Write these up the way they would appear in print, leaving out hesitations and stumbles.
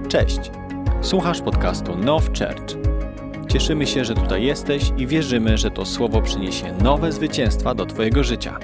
Cześć! Słuchasz podcastu Now Church. Cieszymy się, że tutaj jesteś i wierzymy, że to słowo przyniesie nowe zwycięstwa do Twojego życia.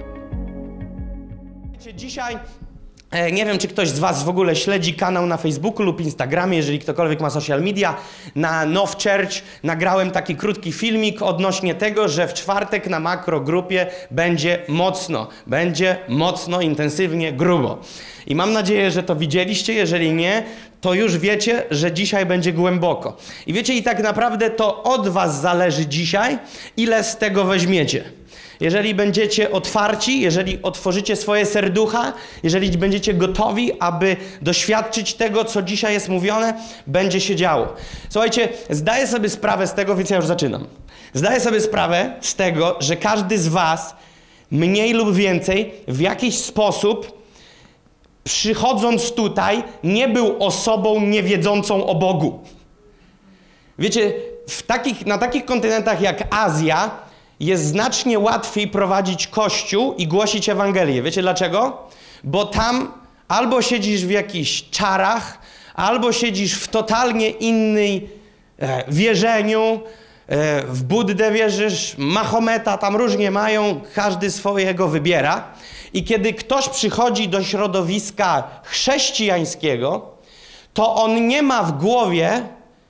Dzisiaj nie wiem, czy ktoś z Was w ogóle śledzi kanał na Facebooku lub Instagramie, jeżeli ktokolwiek ma social media. Na Now Church nagrałem taki krótki filmik odnośnie tego, że w czwartek na makrogrupie będzie mocno, intensywnie, grubo. I mam nadzieję, że to widzieliście. Jeżeli nie, to już wiecie, że dzisiaj będzie głęboko. I wiecie, i tak naprawdę to od Was zależy dzisiaj, ile z tego weźmiecie. Jeżeli będziecie otwarci, jeżeli otworzycie swoje serducha, jeżeli będziecie gotowi, aby doświadczyć tego, co dzisiaj jest mówione, będzie się działo. Słuchajcie, zdaję sobie sprawę z tego, więc ja już zaczynam. Zdaję sobie sprawę z tego, że każdy z Was mniej lub więcej w jakiś sposób przychodząc tutaj nie był osobą niewiedzącą o Bogu. Wiecie, na takich kontynentach jak Azja jest znacznie łatwiej prowadzić kościół i głosić Ewangelię. Wiecie dlaczego? Bo tam albo siedzisz w jakichś czarach, albo siedzisz w totalnie innej wierzeniu, w Buddę wierzysz, Mahometa, tam różnie mają, każdy swojego wybiera. I kiedy ktoś przychodzi do środowiska chrześcijańskiego, to on nie ma w głowie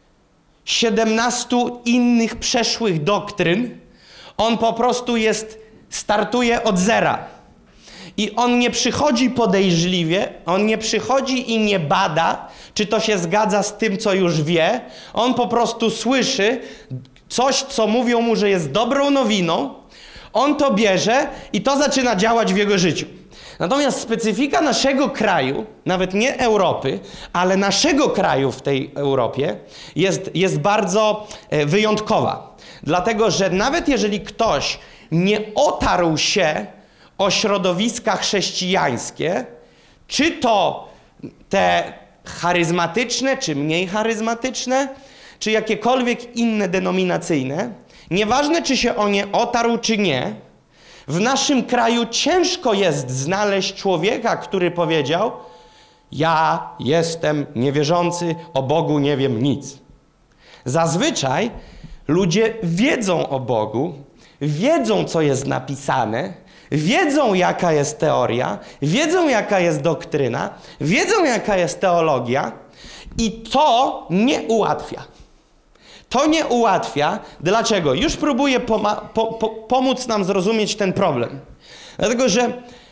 17 innych przeszłych doktryn. On po prostu startuje od zera. I on nie przychodzi podejrzliwie, on nie przychodzi i nie bada, czy to się zgadza z tym, co już wie. On po prostu słyszy coś, co mówią mu, że jest dobrą nowiną. On to bierze i to zaczyna działać w jego życiu. Natomiast specyfika naszego kraju, nawet nie Europy, ale naszego kraju w tej Europie jest bardzo wyjątkowa. Dlatego, że nawet jeżeli ktoś nie otarł się o środowiska chrześcijańskie, czy to te charyzmatyczne, czy mniej charyzmatyczne, czy jakiekolwiek inne denominacyjne, nieważne czy się o nie otarł, czy nie, w naszym kraju ciężko jest znaleźć człowieka, który powiedział: ja jestem niewierzący, o Bogu nie wiem nic. Zazwyczaj ludzie wiedzą o Bogu, wiedzą, co jest napisane, wiedzą, jaka jest teoria, wiedzą, jaka jest doktryna, wiedzą, jaka jest teologia i to nie ułatwia. To nie ułatwia. Dlaczego? Już próbuję pomóc nam zrozumieć ten problem. Dlatego, że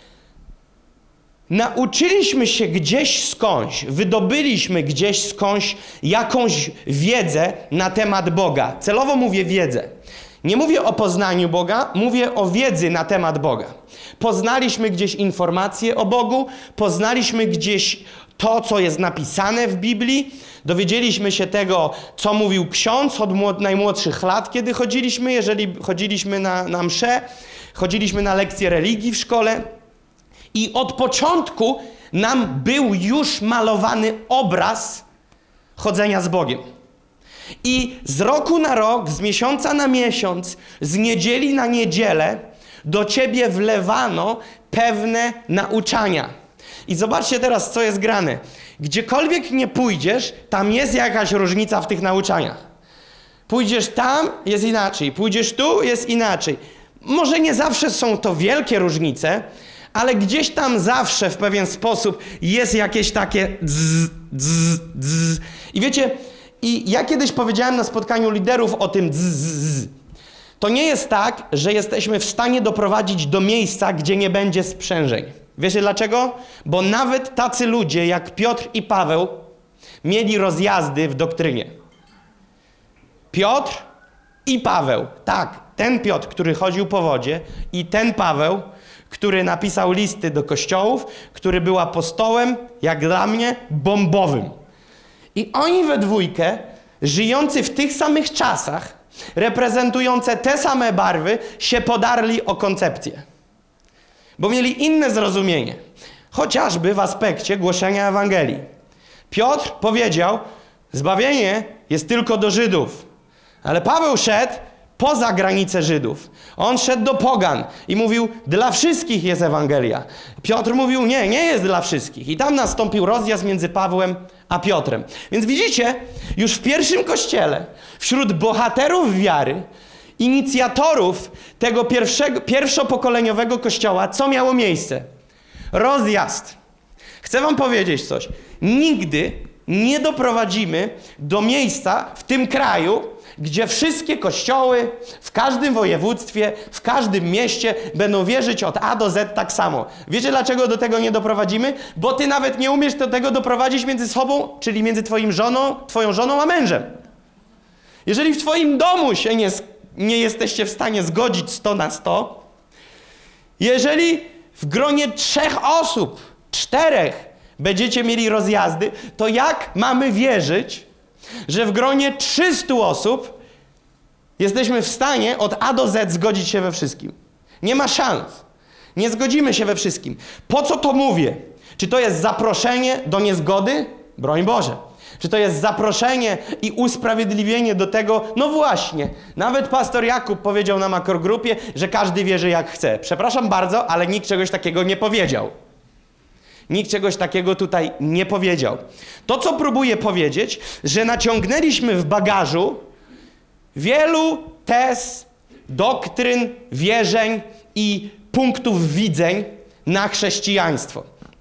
nauczyliśmy się gdzieś skądś, wydobyliśmy gdzieś skądś jakąś wiedzę na temat Boga. Celowo mówię wiedzę. Nie mówię o poznaniu Boga, mówię o wiedzy na temat Boga. Poznaliśmy gdzieś informacje o Bogu, poznaliśmy gdzieś to, co jest napisane w Biblii, dowiedzieliśmy się tego, co mówił ksiądz od najmłodszych lat, kiedy chodziliśmy, jeżeli chodziliśmy na mszę, chodziliśmy na lekcje religii w szkole i od początku nam był już malowany obraz chodzenia z Bogiem. I z roku na rok, z miesiąca na miesiąc, z niedzieli na niedzielę do ciebie wlewano pewne nauczania. I zobaczcie teraz, co jest grane. Gdziekolwiek nie pójdziesz, tam jest jakaś różnica w tych nauczaniach. Pójdziesz tam, jest inaczej. Pójdziesz tu, jest inaczej. Może nie zawsze są to wielkie różnice, ale gdzieś tam zawsze w pewien sposób jest jakieś takie dzz. I wiecie, i ja kiedyś powiedziałem na spotkaniu liderów o tym dzz. To nie jest tak, że jesteśmy w stanie doprowadzić do miejsca, gdzie nie będzie sprzężeń. Wiecie dlaczego? Bo nawet tacy ludzie jak Piotr i Paweł mieli rozjazdy w doktrynie. Piotr i Paweł. Tak, ten Piotr, który chodził po wodzie i ten Paweł, który napisał listy do kościołów, który był apostołem, jak dla mnie, bombowym. I oni we dwójkę, żyjący w tych samych czasach, reprezentujące te same barwy, się podarli o koncepcję. Bo mieli inne zrozumienie, chociażby w aspekcie głoszenia Ewangelii. Piotr powiedział, zbawienie jest tylko do Żydów. Ale Paweł szedł, poza granice Żydów. On szedł do pogan i mówił, dla wszystkich jest Ewangelia. Piotr mówił, nie jest dla wszystkich. I tam nastąpił rozjazd między Pawłem a Piotrem. Więc widzicie, już w pierwszym kościele, wśród bohaterów wiary, inicjatorów tego pierwszopokoleniowego kościoła, co miało miejsce? Rozjazd. Chcę wam powiedzieć coś. Nigdy nie doprowadzimy do miejsca w tym kraju, gdzie wszystkie kościoły w każdym województwie, w każdym mieście będą wierzyć od A do Z tak samo. Wiecie, dlaczego do tego nie doprowadzimy? Bo ty nawet nie umiesz do tego doprowadzić między sobą, czyli między twoją żoną a mężem. Jeżeli w twoim domu się nie jesteście w stanie zgodzić 100 na 100, jeżeli w gronie 3 osób, 4 będziecie mieli rozjazdy, to jak mamy wierzyć, że w gronie 300 osób jesteśmy w stanie od A do Z zgodzić się we wszystkim? Nie ma szans. Nie zgodzimy się we wszystkim. Po co to mówię? Czy to jest zaproszenie do niezgody? Broń Boże. Czy to jest zaproszenie i usprawiedliwienie do tego? No właśnie. Nawet pastor Jakub powiedział na makrogrupie, że każdy wierzy jak chce. Przepraszam bardzo, ale nikt czegoś takiego nie powiedział. Nikt czegoś takiego tutaj nie powiedział. To, co próbuję powiedzieć, że naciągnęliśmy w bagażu wielu tez, doktryn, wierzeń i punktów widzeń na chrześcijaństwo.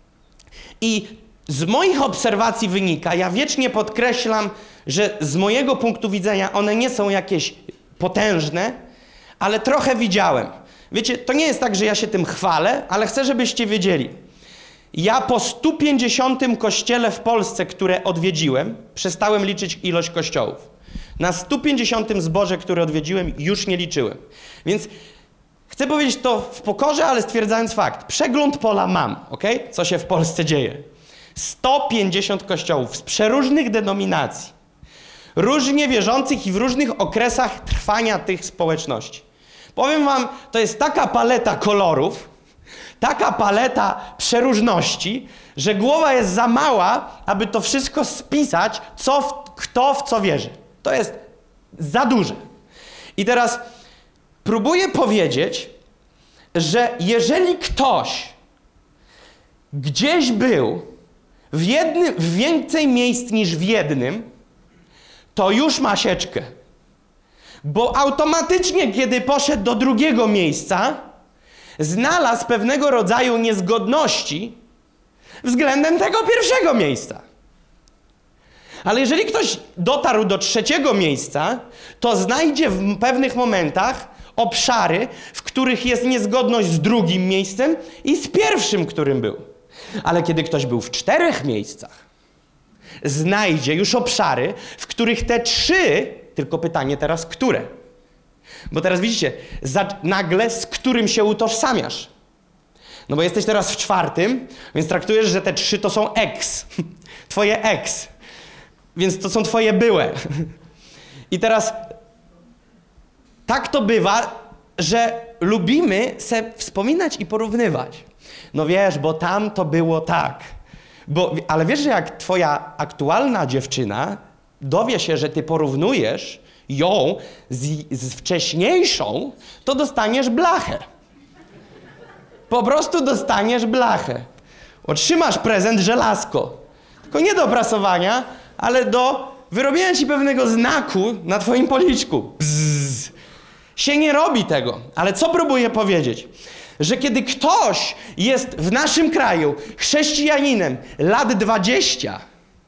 I z moich obserwacji wynika, ja wiecznie podkreślam, że z mojego punktu widzenia one nie są jakieś potężne, ale trochę widziałem. Wiecie, to nie jest tak, że ja się tym chwalę, ale chcę, żebyście wiedzieli. Ja po 150 kościele w Polsce, które odwiedziłem, przestałem liczyć ilość kościołów. Na 150 zborze, które odwiedziłem, już nie liczyłem. Więc chcę powiedzieć to w pokorze, ale stwierdzając fakt. Przegląd pola mam, okej? Co się w Polsce dzieje. 150 kościołów z przeróżnych denominacji, różnie wierzących i w różnych okresach trwania tych społeczności. Powiem wam, to jest taka paleta kolorów, taka paleta przeróżności, że głowa jest za mała, aby to wszystko spisać, kto w co wierzy. To jest za duże. I teraz próbuję powiedzieć, że jeżeli ktoś gdzieś był w więcej miejsc niż w jednym, to już ma sieczkę. Bo automatycznie, kiedy poszedł do drugiego miejsca, znalazł pewnego rodzaju niezgodności względem tego pierwszego miejsca. Ale jeżeli ktoś dotarł do trzeciego miejsca, to znajdzie w pewnych momentach obszary, w których jest niezgodność z drugim miejscem i z pierwszym, którym był. Ale kiedy ktoś był w 4 miejscach, znajdzie już obszary, w których te 3, tylko pytanie teraz, które? Bo teraz widzicie, nagle z którym się utożsamiasz. No bo jesteś teraz w 4, więc traktujesz, że te 3 to są ex. Twoje ex. Więc to są twoje byłe. I teraz tak to bywa, że lubimy se wspominać i porównywać. No wiesz, bo tam to było tak. Ale wiesz, że jak twoja aktualna dziewczyna dowie się, że ty porównujesz ją z wcześniejszą, to dostaniesz blachę. Po prostu dostaniesz blachę. Otrzymasz prezent żelazko. Tylko nie do prasowania, ale do wyrobienia ci pewnego znaku na twoim policzku. Bzz. Się nie robi tego. Ale co próbuję powiedzieć? Że kiedy ktoś jest w naszym kraju chrześcijaninem lat 20,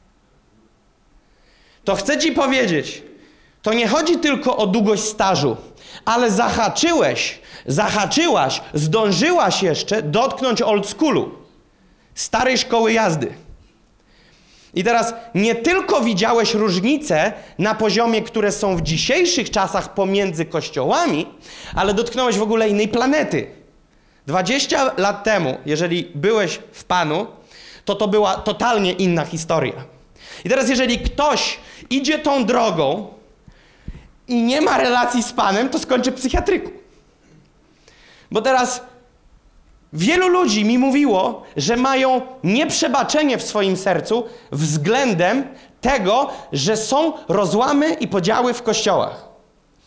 to chcę ci powiedzieć, to nie chodzi tylko o długość stażu, ale zahaczyłaś, zdążyłaś jeszcze dotknąć old schoolu, starej szkoły jazdy. I teraz nie tylko widziałeś różnice na poziomie, które są w dzisiejszych czasach pomiędzy kościołami, ale dotknąłeś w ogóle innej planety. 20 lat temu, jeżeli byłeś w Panu, to była totalnie inna historia. I teraz jeżeli ktoś idzie tą drogą i nie ma relacji z Panem, to skończy w psychiatryku. Bo teraz wielu ludzi mi mówiło, że mają nieprzebaczenie w swoim sercu względem tego, że są rozłamy i podziały w kościołach.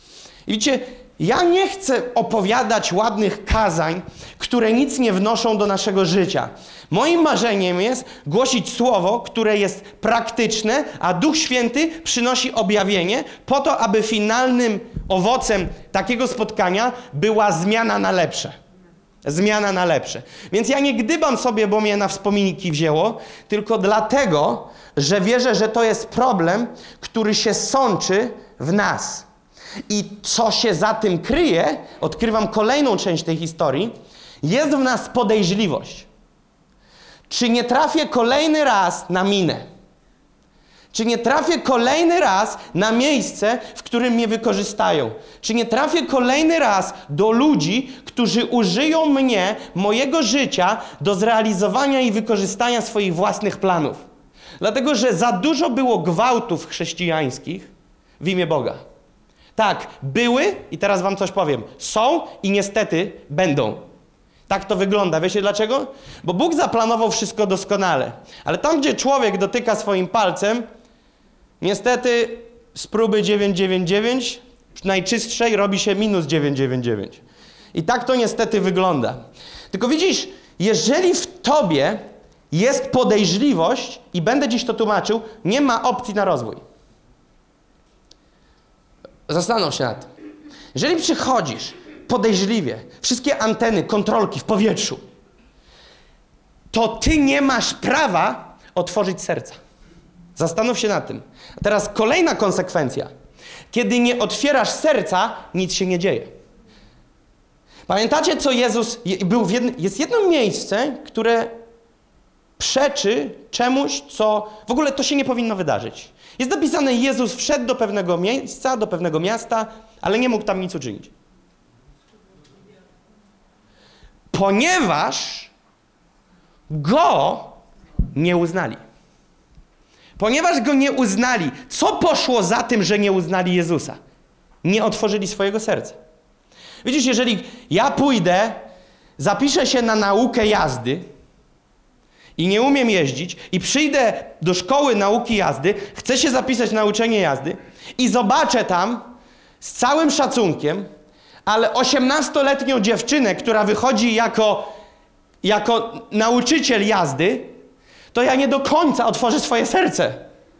I widzicie, ja nie chcę opowiadać ładnych kazań, które nic nie wnoszą do naszego życia. Moim marzeniem jest głosić słowo, które jest praktyczne, a Duch Święty przynosi objawienie po to, aby finalnym owocem takiego spotkania była zmiana na lepsze. Zmiana na lepsze. Więc ja nie gdybam sobie, bo mnie na wspominki wzięło, tylko dlatego, że wierzę, że to jest problem, który się sączy w nas. I co się za tym kryje, odkrywam kolejną część tej historii, jest w nas podejrzliwość. Czy nie trafię kolejny raz na minę? Czy nie trafię kolejny raz na miejsce, w którym mnie wykorzystają? Czy nie trafię kolejny raz do ludzi, którzy użyją mnie, mojego życia do zrealizowania i wykorzystania swoich własnych planów? Dlatego, że za dużo było gwałtów chrześcijańskich w imię Boga. Tak, były i teraz wam coś powiem. Są i niestety będą. Tak to wygląda. Wiecie dlaczego? Bo Bóg zaplanował wszystko doskonale. Ale tam, gdzie człowiek dotyka swoim palcem, niestety z próby 999 najczystszej robi się minus 999. I tak to niestety wygląda. Tylko widzisz, jeżeli w tobie jest podejrzliwość, i będę dziś to tłumaczył, nie ma opcji na rozwój. Zastanów się nad tym. Jeżeli przychodzisz podejrzliwie, wszystkie anteny, kontrolki w powietrzu, to ty nie masz prawa otworzyć serca. Zastanów się nad tym. A teraz kolejna konsekwencja. Kiedy nie otwierasz serca, nic się nie dzieje. Pamiętacie, co Jezus... Jest jedno miejsce, które przeczy czemuś, co... W ogóle to się nie powinno wydarzyć. Jest napisane, Jezus wszedł do pewnego miejsca, do pewnego miasta, ale nie mógł tam nic uczynić. Ponieważ Go nie uznali. Ponieważ Go nie uznali. Co poszło za tym, że nie uznali Jezusa? Nie otworzyli swojego serca. Widzisz, jeżeli ja pójdę, zapiszę się na naukę jazdy i nie umiem jeździć i przyjdę do szkoły nauki jazdy, chcę się zapisać na uczenie jazdy i zobaczę tam z całym szacunkiem, ale 18-letnią dziewczynę, która wychodzi jako nauczyciel jazdy, to ja nie do końca otworzę swoje serce.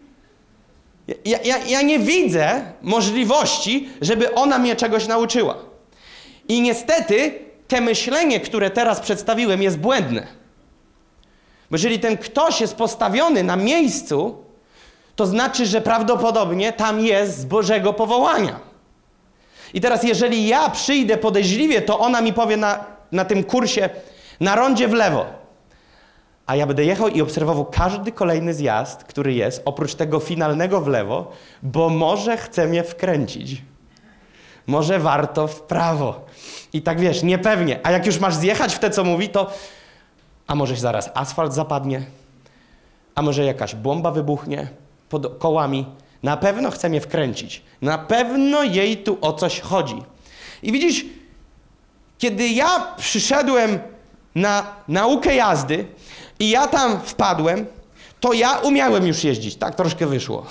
Ja nie widzę możliwości, żeby ona mnie czegoś nauczyła. I niestety te myślenie, które teraz przedstawiłem, jest błędne. Bo jeżeli ten ktoś jest postawiony na miejscu, to znaczy, że prawdopodobnie tam jest z Bożego powołania. I teraz jeżeli ja przyjdę podejrzliwie, to ona mi powie na tym kursie, na rondzie w lewo. A ja będę jechał i obserwował każdy kolejny zjazd, który jest, oprócz tego finalnego w lewo, bo może chce mnie wkręcić. Może warto w prawo. I tak wiesz, niepewnie. A jak już masz zjechać w te, co mówi, to a może zaraz asfalt zapadnie? A może jakaś bomba wybuchnie pod kołami? Na pewno chce mnie wkręcić. Na pewno jej tu o coś chodzi. I widzisz, kiedy ja przyszedłem na naukę jazdy i ja tam wpadłem, to ja umiałem już jeździć. Tak troszkę wyszło.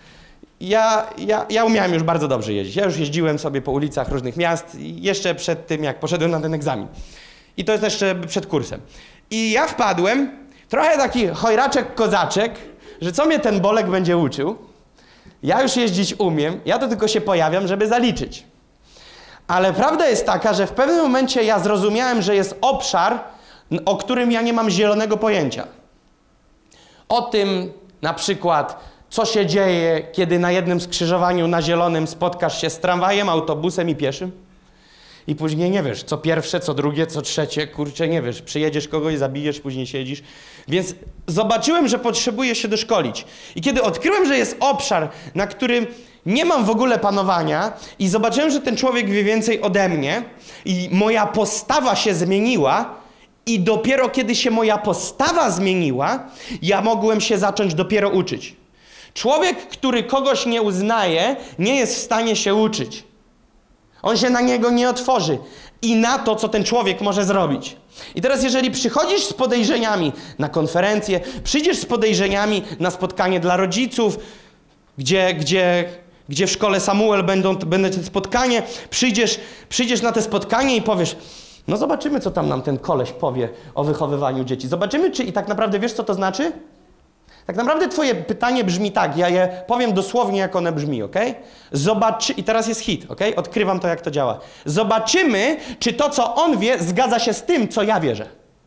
Ja umiałem już bardzo dobrze jeździć. Ja już jeździłem sobie po ulicach różnych miast jeszcze przed tym, jak poszedłem na ten egzamin. I to jest jeszcze przed kursem. I ja wpadłem, trochę taki chojraczek, kozaczek, że co mnie ten Bolek będzie uczył. Ja już jeździć umiem, ja to tylko się pojawiam, żeby zaliczyć. Ale prawda jest taka, że w pewnym momencie ja zrozumiałem, że jest obszar, o którym ja nie mam zielonego pojęcia. O tym na przykład, co się dzieje, kiedy na jednym skrzyżowaniu na zielonym spotkasz się z tramwajem, autobusem i pieszym. I później nie wiesz, co pierwsze, co drugie, co trzecie, kurczę, nie wiesz, przyjedziesz kogoś, zabijesz, później siedzisz. Więc zobaczyłem, że potrzebuję się doszkolić. I kiedy odkryłem, że jest obszar, na którym nie mam w ogóle panowania i zobaczyłem, że ten człowiek wie więcej ode mnie i moja postawa się zmieniła i dopiero kiedy się moja postawa zmieniła, ja mogłem się zacząć dopiero uczyć. Człowiek, który kogoś nie uznaje, nie jest w stanie się uczyć. On się na niego nie otworzy i na to, co ten człowiek może zrobić. I teraz jeżeli przychodzisz z podejrzeniami na konferencję, przyjdziesz z podejrzeniami na spotkanie dla rodziców, gdzie gdzie w szkole Samuel będzie spotkanie, przyjdziesz na te spotkanie i powiesz, no zobaczymy, co tam nam ten koleś powie o wychowywaniu dzieci. Zobaczymy, czy i tak naprawdę wiesz, co to znaczy? Tak naprawdę twoje pytanie brzmi tak, ja je powiem dosłownie, jak one brzmi, ok? I teraz jest hit, ok? Odkrywam to, jak to działa. Zobaczymy, czy to, co on wie, zgadza się z tym, co ja wierzę.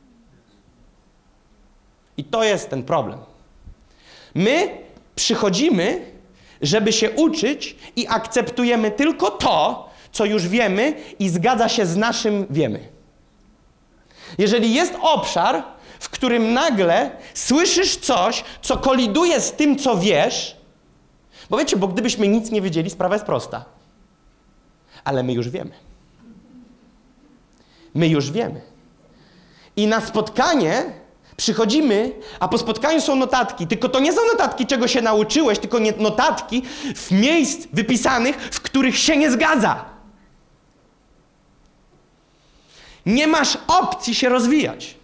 I to jest ten problem. My przychodzimy, żeby się uczyć i akceptujemy tylko to, co już wiemy i zgadza się z naszym wiemy. Jeżeli jest obszar, w którym nagle słyszysz coś, co koliduje z tym, co wiesz, bo wiecie, bo gdybyśmy nic nie wiedzieli, sprawa jest prosta. Ale my już wiemy. My już wiemy. I na spotkanie przychodzimy, a po spotkaniu są notatki. Tylko to nie są notatki, czego się nauczyłeś, tylko notatki w miejsc wypisanych, w których się nie zgadza. Nie masz opcji się rozwijać.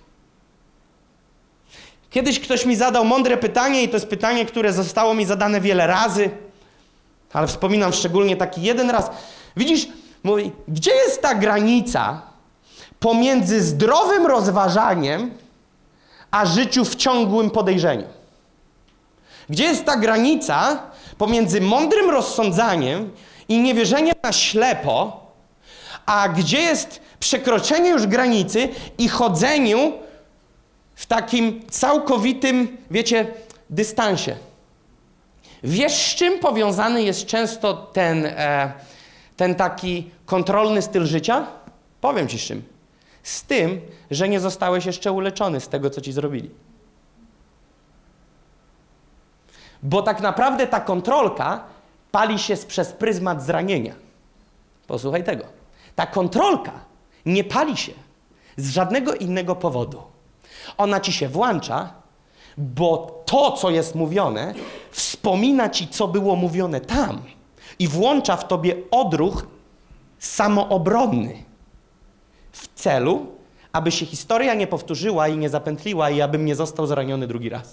Kiedyś ktoś mi zadał mądre pytanie i to jest pytanie, które zostało mi zadane wiele razy, ale wspominam szczególnie taki jeden raz. Widzisz, mówi, gdzie jest ta granica pomiędzy zdrowym rozważaniem a życiu w ciągłym podejrzeniu? Gdzie jest ta granica pomiędzy mądrym rozsądzaniem i niewierzeniem na ślepo, a gdzie jest przekroczenie już granicy i chodzeniu w takim całkowitym, wiecie, dystansie? Wiesz, z czym powiązany jest często ten taki kontrolny styl życia? Powiem ci z czym. Z tym, że nie zostałeś jeszcze uleczony z tego, co ci zrobili. Bo tak naprawdę ta kontrolka pali się przez pryzmat zranienia. Posłuchaj tego. Ta kontrolka nie pali się z żadnego innego powodu. Ona ci się włącza, bo to, co jest mówione, wspomina ci, co było mówione tam i włącza w tobie odruch samoobronny w celu, aby się historia nie powtórzyła i nie zapętliła i abym nie został zraniony drugi raz.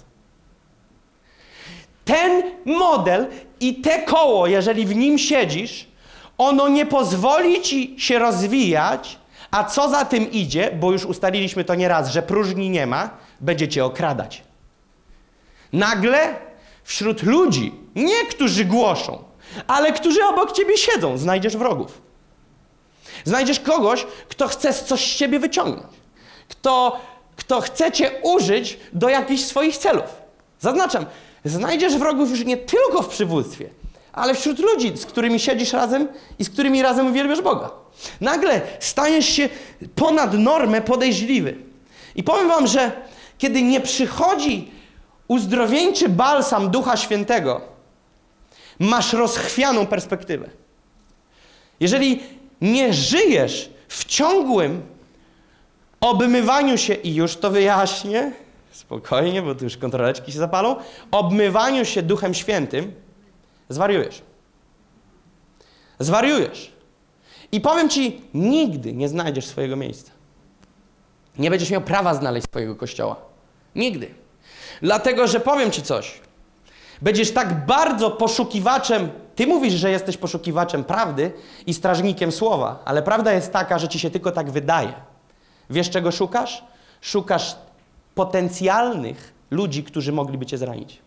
Ten model i te koło, jeżeli w nim siedzisz, ono nie pozwoli ci się rozwijać, a co za tym idzie, bo już ustaliliśmy to nieraz, że próżni nie ma, będzie cię okradać. Nagle wśród ludzi, nie którzy głoszą, ale którzy obok ciebie siedzą, znajdziesz wrogów. Znajdziesz kogoś, kto chce coś z ciebie wyciągnąć. Kto chce cię użyć do jakichś swoich celów. Zaznaczam, znajdziesz wrogów już nie tylko w przywództwie, ale wśród ludzi, z którymi siedzisz razem i z którymi razem uwielbiasz Boga. Nagle stajesz się ponad normę podejrzliwy. I powiem wam, że kiedy nie przychodzi uzdrowieńczy balsam Ducha Świętego, masz rozchwianą perspektywę. Jeżeli nie żyjesz w ciągłym obmywaniu się, i już to wyjaśnię, spokojnie, bo tu już kontroleczki się zapalą, obmywaniu się Duchem Świętym, zwariujesz. Zwariujesz. I powiem ci, nigdy nie znajdziesz swojego miejsca. Nie będziesz miał prawa znaleźć swojego kościoła. Nigdy. Dlatego, że powiem ci coś. Będziesz tak bardzo poszukiwaczem, ty mówisz, że jesteś poszukiwaczem prawdy i strażnikiem słowa, ale prawda jest taka, że ci się tylko tak wydaje. Wiesz, czego szukasz? Szukasz potencjalnych ludzi, którzy mogliby cię zranić.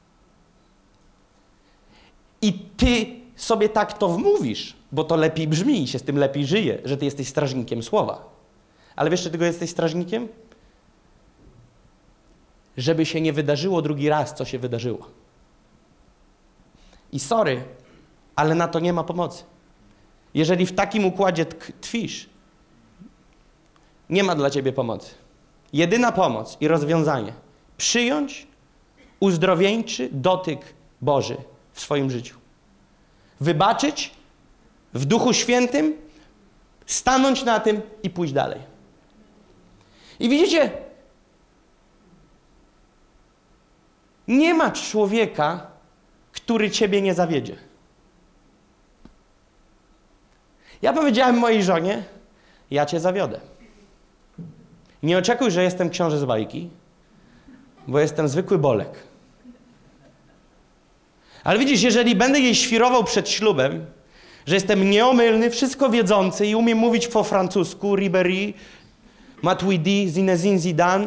I ty sobie tak to wmówisz, bo to lepiej brzmi i się z tym lepiej żyje, że ty jesteś strażnikiem słowa. Ale wiesz, czego jesteś strażnikiem? Żeby się nie wydarzyło drugi raz, co się wydarzyło. I sorry, ale na to nie ma pomocy. Jeżeli w takim układzie tkwisz, nie ma dla ciebie pomocy. Jedyna pomoc i rozwiązanie. Przyjąć uzdrowieńczy dotyk Boży w swoim życiu. Wybaczyć w Duchu Świętym, stanąć na tym i pójść dalej. I widzicie, nie ma człowieka, który ciebie nie zawiedzie. Ja powiedziałem mojej żonie, ja cię zawiodę. Nie oczekuj, że jestem książę z bajki, bo jestem zwykły Bolek. Ale widzisz, jeżeli będę jej świrował przed ślubem, że jestem nieomylny, wszystko wiedzący i umiem mówić po francusku, Ribéry, Matuidi, Zinedine Zidane.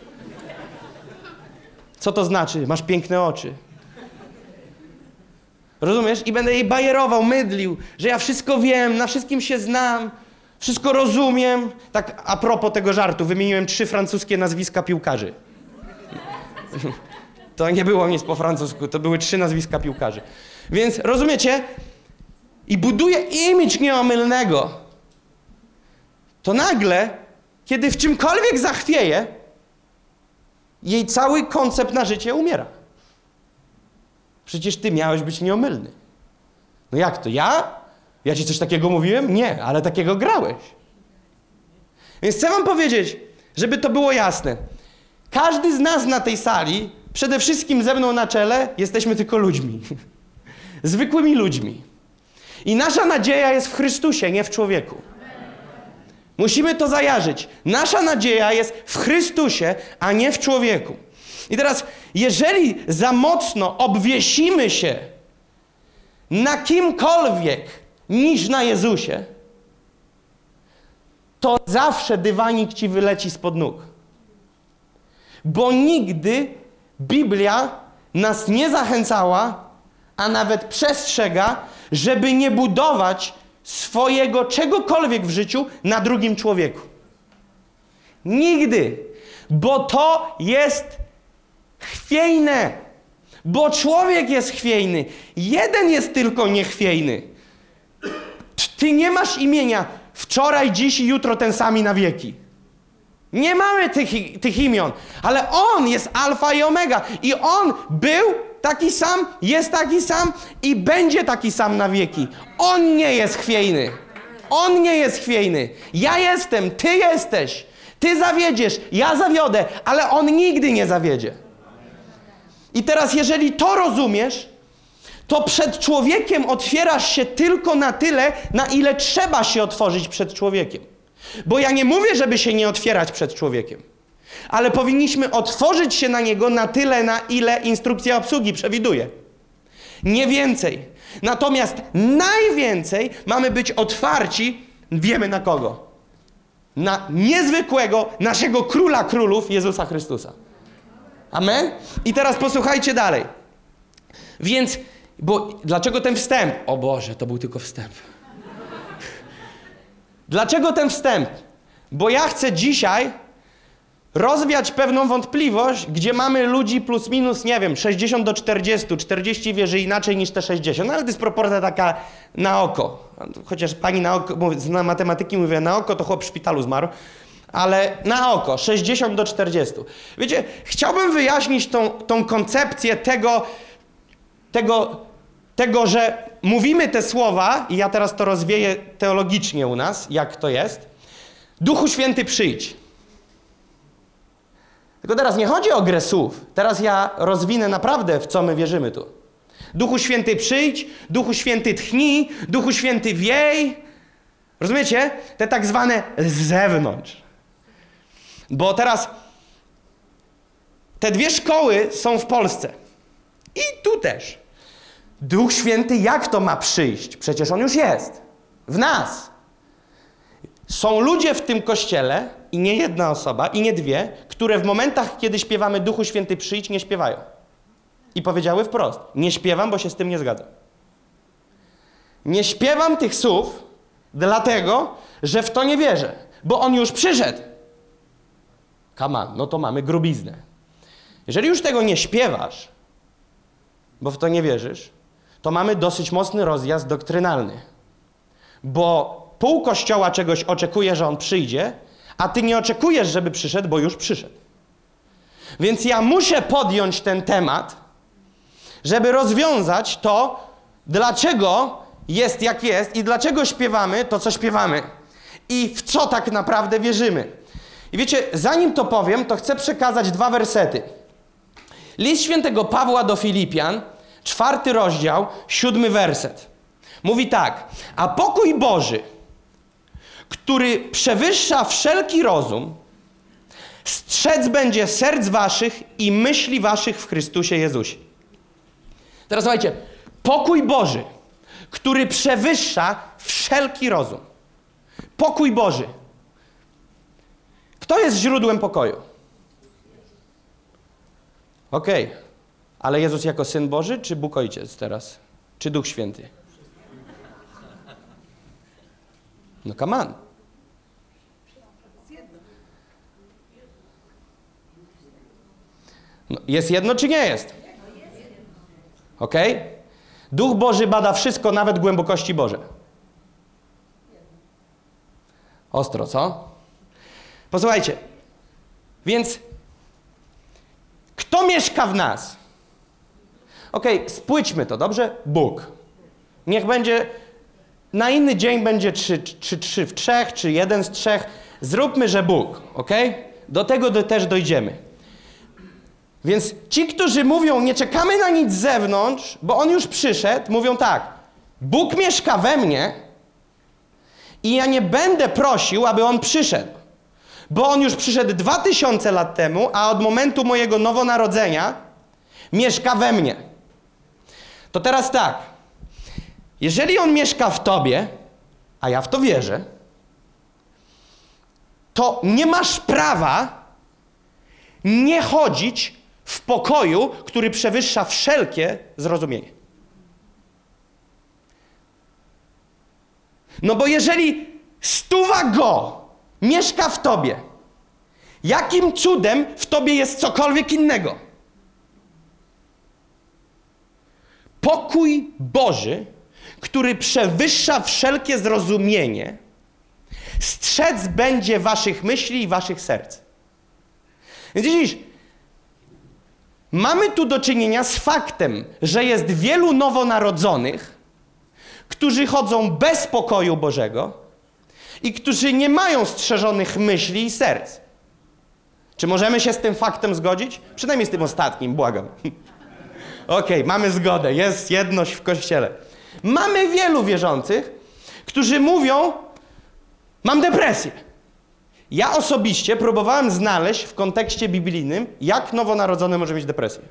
Co to znaczy? Masz piękne oczy. Rozumiesz? I będę jej bajerował, mydlił, że ja wszystko wiem, na wszystkim się znam, wszystko rozumiem. Tak a propos tego żartu, wymieniłem 3 francuskie nazwiska piłkarzy. To nie było nic po francusku, to były 3 nazwiska piłkarzy. Więc rozumiecie? I buduje imidż nieomylnego. To nagle, kiedy w czymkolwiek zachwieje, jej cały koncept na życie umiera. Przecież ty miałeś być nieomylny. No jak to? Ja? Ja ci coś takiego mówiłem? Nie, ale takiego grałeś. Więc chcę wam powiedzieć, żeby to było jasne. Każdy z nas na tej sali, przede wszystkim ze mną na czele, jesteśmy tylko ludźmi. Zwykłymi ludźmi. I nasza nadzieja jest w Chrystusie, nie w człowieku. Musimy to zajarzyć. Nasza nadzieja jest w Chrystusie, a nie w człowieku. I teraz, jeżeli za mocno obwiesimy się na kimkolwiek niż na Jezusie, to zawsze dywanik ci wyleci spod nóg. Bo nigdy Biblia nas nie zachęcała, a nawet przestrzega, żeby nie budować swojego czegokolwiek w życiu na drugim człowieku. Nigdy. Bo to jest chwiejne. Bo człowiek jest chwiejny. Jeden jest tylko niechwiejny. Ty nie masz imienia wczoraj, dziś i jutro ten sami na wieki. Nie mamy tych imion. Ale On jest alfa i omega. I On był taki sam, jest taki sam i będzie taki sam na wieki. On nie jest chwiejny. On nie jest chwiejny. Ja jestem, ty jesteś. Ty zawiedziesz, ja zawiodę, ale On nigdy nie zawiedzie. I teraz, jeżeli to rozumiesz, to przed człowiekiem otwierasz się tylko na tyle, na ile trzeba się otworzyć przed człowiekiem. Bo ja nie mówię, żeby się nie otwierać przed człowiekiem. Ale powinniśmy otworzyć się na niego na tyle, na ile instrukcja obsługi przewiduje. Nie więcej. Natomiast najwięcej mamy być otwarci, wiemy na kogo? Na niezwykłego, naszego Króla Królów, Jezusa Chrystusa. Amen? I teraz posłuchajcie dalej. Więc, dlaczego ten wstęp? O Boże, to był tylko wstęp. Dlaczego ten wstęp? Bo ja chcę dzisiaj rozwiać pewną wątpliwość, gdzie mamy ludzi plus minus, nie wiem, 60 do 40, 40 wierzy inaczej niż te 60. No ale dysproporcja taka na oko. Chociaż pani na oko, zna matematyki, mówię na oko, to chłop w szpitalu zmarł. Ale na oko, 60 do 40. Wiecie, chciałbym wyjaśnić tą koncepcję tego, że mówimy te słowa, i ja teraz to rozwieję teologicznie u nas, jak to jest. Duchu Święty, przyjdź. Tylko teraz nie chodzi o grę słów. Teraz ja rozwinę naprawdę, w co my wierzymy tu. Duchu Święty, przyjdź, Duchu Święty, tchnij, Duchu Święty, wiej. Rozumiecie? Te tak zwane z zewnątrz. Bo teraz te 2 szkoły są w Polsce. I tu też. Duch Święty jak to ma przyjść? Przecież On już jest. W nas. Są ludzie w tym kościele, i nie jedna osoba, i nie 2, które w momentach, kiedy śpiewamy Duchu Święty przyjdź, nie śpiewają. I powiedziały wprost, nie śpiewam, bo się z tym nie zgadzam. Nie śpiewam tych słów, dlatego, że w to nie wierzę, bo On już przyszedł. Come on, no to mamy grubiznę. Jeżeli już tego nie śpiewasz, bo w to nie wierzysz, to mamy dosyć mocny rozjazd doktrynalny. Bo pół kościoła czegoś oczekuje, że On przyjdzie, a ty nie oczekujesz, żeby przyszedł, bo już przyszedł. Więc ja muszę podjąć ten temat, żeby rozwiązać to, dlaczego jest jak jest i dlaczego śpiewamy to, co śpiewamy. I w co tak naprawdę wierzymy. I wiecie, zanim to powiem, to chcę przekazać 2 wersety. List świętego Pawła do Filipian, 4 rozdział, 7 werset. Mówi tak, a pokój Boży, który przewyższa wszelki rozum, strzec będzie serc waszych i myśli waszych w Chrystusie Jezusie. Teraz słuchajcie, pokój Boży, który przewyższa wszelki rozum. Pokój Boży. Kto jest źródłem pokoju? Okej. Ale Jezus jako Syn Boży, czy Bóg Ojciec teraz? Czy Duch Święty? No come on. No, jest jedno, czy nie jest? Okej? Duch Boży bada wszystko, nawet głębokości Boże. Ostro, co? Posłuchajcie. Więc kto mieszka w nas? Okej, spłyćmy to, dobrze? Bóg. Niech będzie, na inny dzień będzie 3 w 3, czy 1 z 3. Zróbmy, że Bóg, okej? Do tego też dojdziemy. Więc ci, którzy mówią, nie czekamy na nic z zewnątrz, bo On już przyszedł, mówią tak, Bóg mieszka we mnie i ja nie będę prosił, aby On przyszedł. Bo On już przyszedł 2000 lat temu, a od momentu mojego nowonarodzenia mieszka we mnie. To teraz tak, jeżeli On mieszka w tobie, a ja w to wierzę, to nie masz prawa nie chodzić w pokoju, który przewyższa wszelkie zrozumienie. No bo jeżeli 100 go mieszka w tobie, jakim cudem w tobie jest cokolwiek innego? Pokój Boży, który przewyższa wszelkie zrozumienie, strzec będzie waszych myśli i waszych serc. Więc widzisz, mamy tu do czynienia z faktem, że jest wielu nowonarodzonych, którzy chodzą bez pokoju Bożego i którzy nie mają strzeżonych myśli i serc. Czy możemy się z tym faktem zgodzić? Przynajmniej z tym ostatnim, błagam. Okej, mamy zgodę, jest jedność w Kościele. Mamy wielu wierzących, którzy mówią, mam depresję. Ja osobiście próbowałem znaleźć w kontekście biblijnym, jak nowonarodzony może mieć depresję.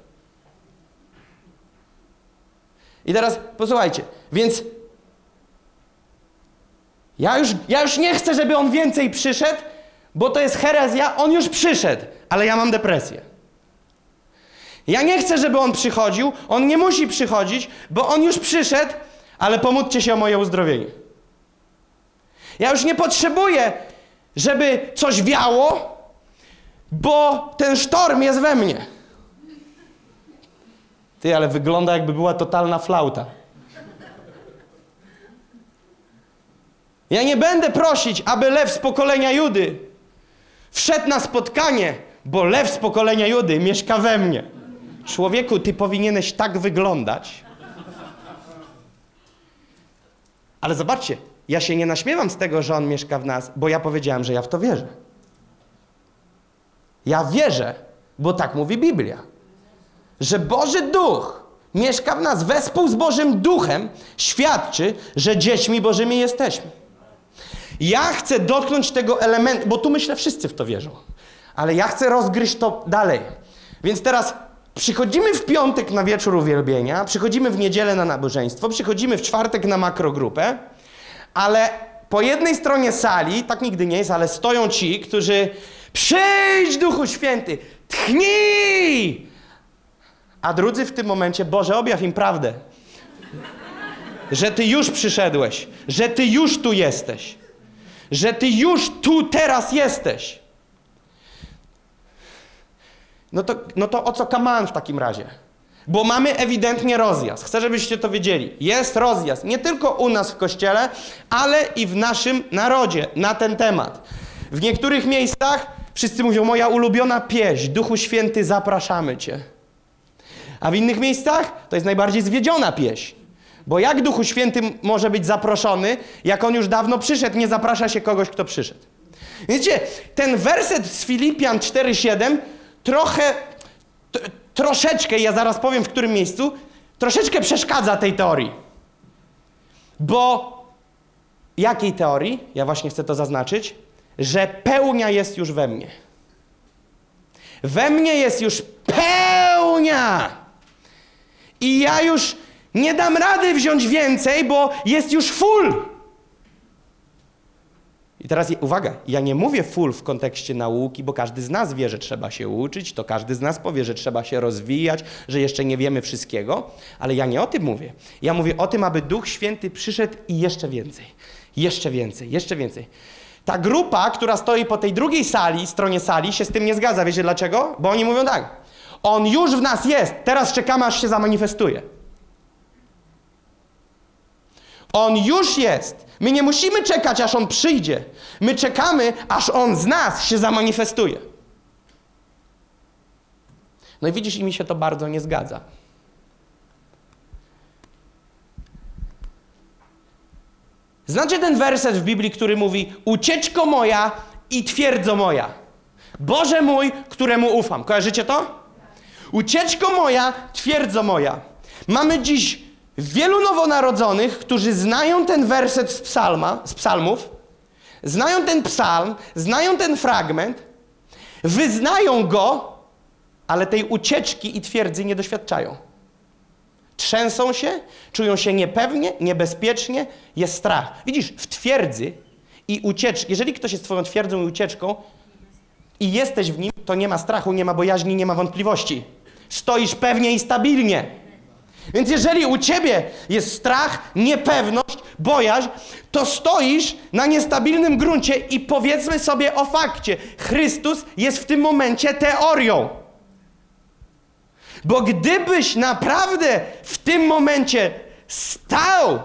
I teraz posłuchajcie, więc ja już nie chcę, żeby on więcej przyszedł, bo to jest herezja, on już przyszedł, ale ja mam depresję. Ja nie chcę, żeby on przychodził, on nie musi przychodzić, bo on już przyszedł, ale pomódlcie się o moje uzdrowienie. Ja już nie potrzebuję, żeby coś wiało, bo ten sztorm jest we mnie. Ty, ale wygląda, jakby była totalna flauta. Ja nie będę prosić, aby lew z pokolenia Judy wszedł na spotkanie, bo lew z pokolenia Judy mieszka we mnie. Człowieku, ty powinieneś tak wyglądać. Ale zobaczcie, ja się nie naśmiewam z tego, że On mieszka w nas, bo ja powiedziałem, że ja w to wierzę. Ja wierzę, bo tak mówi Biblia, że Boży Duch mieszka w nas wespół z Bożym Duchem, świadczy, że dziećmi Bożymi jesteśmy. Ja chcę dotknąć tego elementu, bo tu myślę, wszyscy w to wierzą, ale ja chcę rozgryźć to dalej. Więc teraz przychodzimy w piątek na wieczór uwielbienia, przychodzimy w niedzielę na nabożeństwo, przychodzimy w czwartek na makrogrupę, ale po jednej stronie sali, tak nigdy nie jest, ale stoją ci, którzy przyjdź Duchu Święty, tchnij! A drudzy w tym momencie, Boże, objaw im prawdę. Że Ty już przyszedłeś, że Ty już tu jesteś, że Ty już tu teraz jesteś. No to o co kaman w takim razie? Bo mamy ewidentnie rozjazd. Chcę, żebyście to wiedzieli. Jest rozjazd. Nie tylko u nas w Kościele, ale i w naszym narodzie na ten temat. W niektórych miejscach wszyscy mówią, moja ulubiona pieśń, Duchu Święty, zapraszamy Cię. A w innych miejscach to jest najbardziej zwiedziona pieśń. Bo jak Duchu Święty może być zaproszony, jak On już dawno przyszedł, nie zaprasza się kogoś, kto przyszedł. Wiecie, ten werset z Filipian 4:7 troszeczkę, ja zaraz powiem w którym miejscu, troszeczkę przeszkadza tej teorii. Bo jakiej teorii? Ja właśnie chcę to zaznaczyć, że pełnia jest już we mnie. We mnie jest już pełnia. I ja już nie dam rady wziąć więcej, bo jest już full. I teraz uwaga, ja nie mówię full w kontekście nauki, bo każdy z nas wie, że trzeba się uczyć, to każdy z nas powie, że trzeba się rozwijać, że jeszcze nie wiemy wszystkiego, ale ja nie o tym mówię. Ja mówię o tym, aby Duch Święty przyszedł i jeszcze więcej, jeszcze więcej, jeszcze więcej. Ta grupa, która stoi po tej drugiej stronie sali, się z tym nie zgadza. Wiecie dlaczego? Bo oni mówią tak, On już w nas jest, teraz czekamy, aż się zamanifestuje. On już jest. My nie musimy czekać, aż On przyjdzie. My czekamy, aż On z nas się zamanifestuje. No i widzisz, i mi się to bardzo nie zgadza. Znacie ten werset w Biblii, który mówi: ucieczko moja i twierdzo moja, Boże mój, któremu ufam. Kojarzycie to? Ucieczko moja, twierdzo moja. Mamy dziś wielu nowonarodzonych, którzy znają ten werset z psalmów, znają ten psalm, znają ten fragment, wyznają go, ale tej ucieczki i twierdzy nie doświadczają. Trzęsą się, czują się niepewnie, niebezpiecznie, jest strach. Widzisz, w twierdzy i ucieczce, jeżeli ktoś jest twoją twierdzą i ucieczką i jesteś w nim, to nie ma strachu, nie ma bojaźni, nie ma wątpliwości. Stoisz pewnie i stabilnie. Więc jeżeli u ciebie jest strach, niepewność, bojaźń, to stoisz na niestabilnym gruncie i powiedzmy sobie o fakcie. Chrystus jest w tym momencie teorią. Bo gdybyś naprawdę w tym momencie stał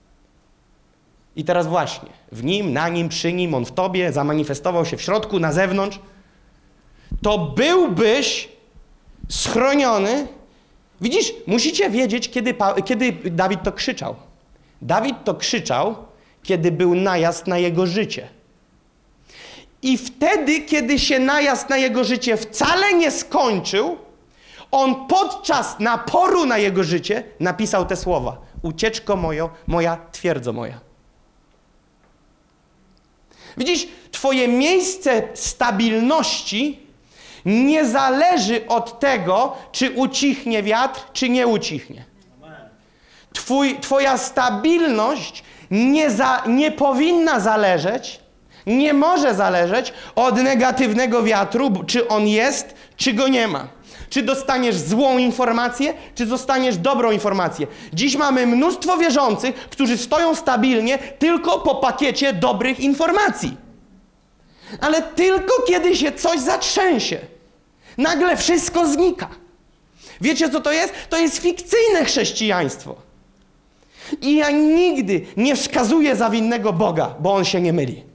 i teraz właśnie w Nim, na Nim, przy Nim, On w tobie, zamanifestował się w środku, na zewnątrz, to byłbyś schroniony. Widzisz, musicie wiedzieć, kiedy Dawid to krzyczał. Dawid to krzyczał, kiedy był najazd na jego życie. I wtedy, kiedy się najazd na jego życie wcale nie skończył, on podczas naporu na jego życie napisał te słowa: ucieczko moja, twierdzo moja. Widzisz, twoje miejsce stabilności nie zależy od tego, czy ucichnie wiatr, czy nie ucichnie. Twoja stabilność nie powinna zależeć, nie może zależeć od negatywnego wiatru, czy on jest, czy go nie ma. Czy dostaniesz złą informację, czy dostaniesz dobrą informację. Dziś mamy mnóstwo wierzących, którzy stoją stabilnie tylko po pakiecie dobrych informacji. Ale tylko kiedy się coś zatrzęsie, nagle wszystko znika. Wiecie, co to jest? To jest fikcyjne chrześcijaństwo. I ja nigdy nie wskazuję za winnego Boga, bo On się nie myli.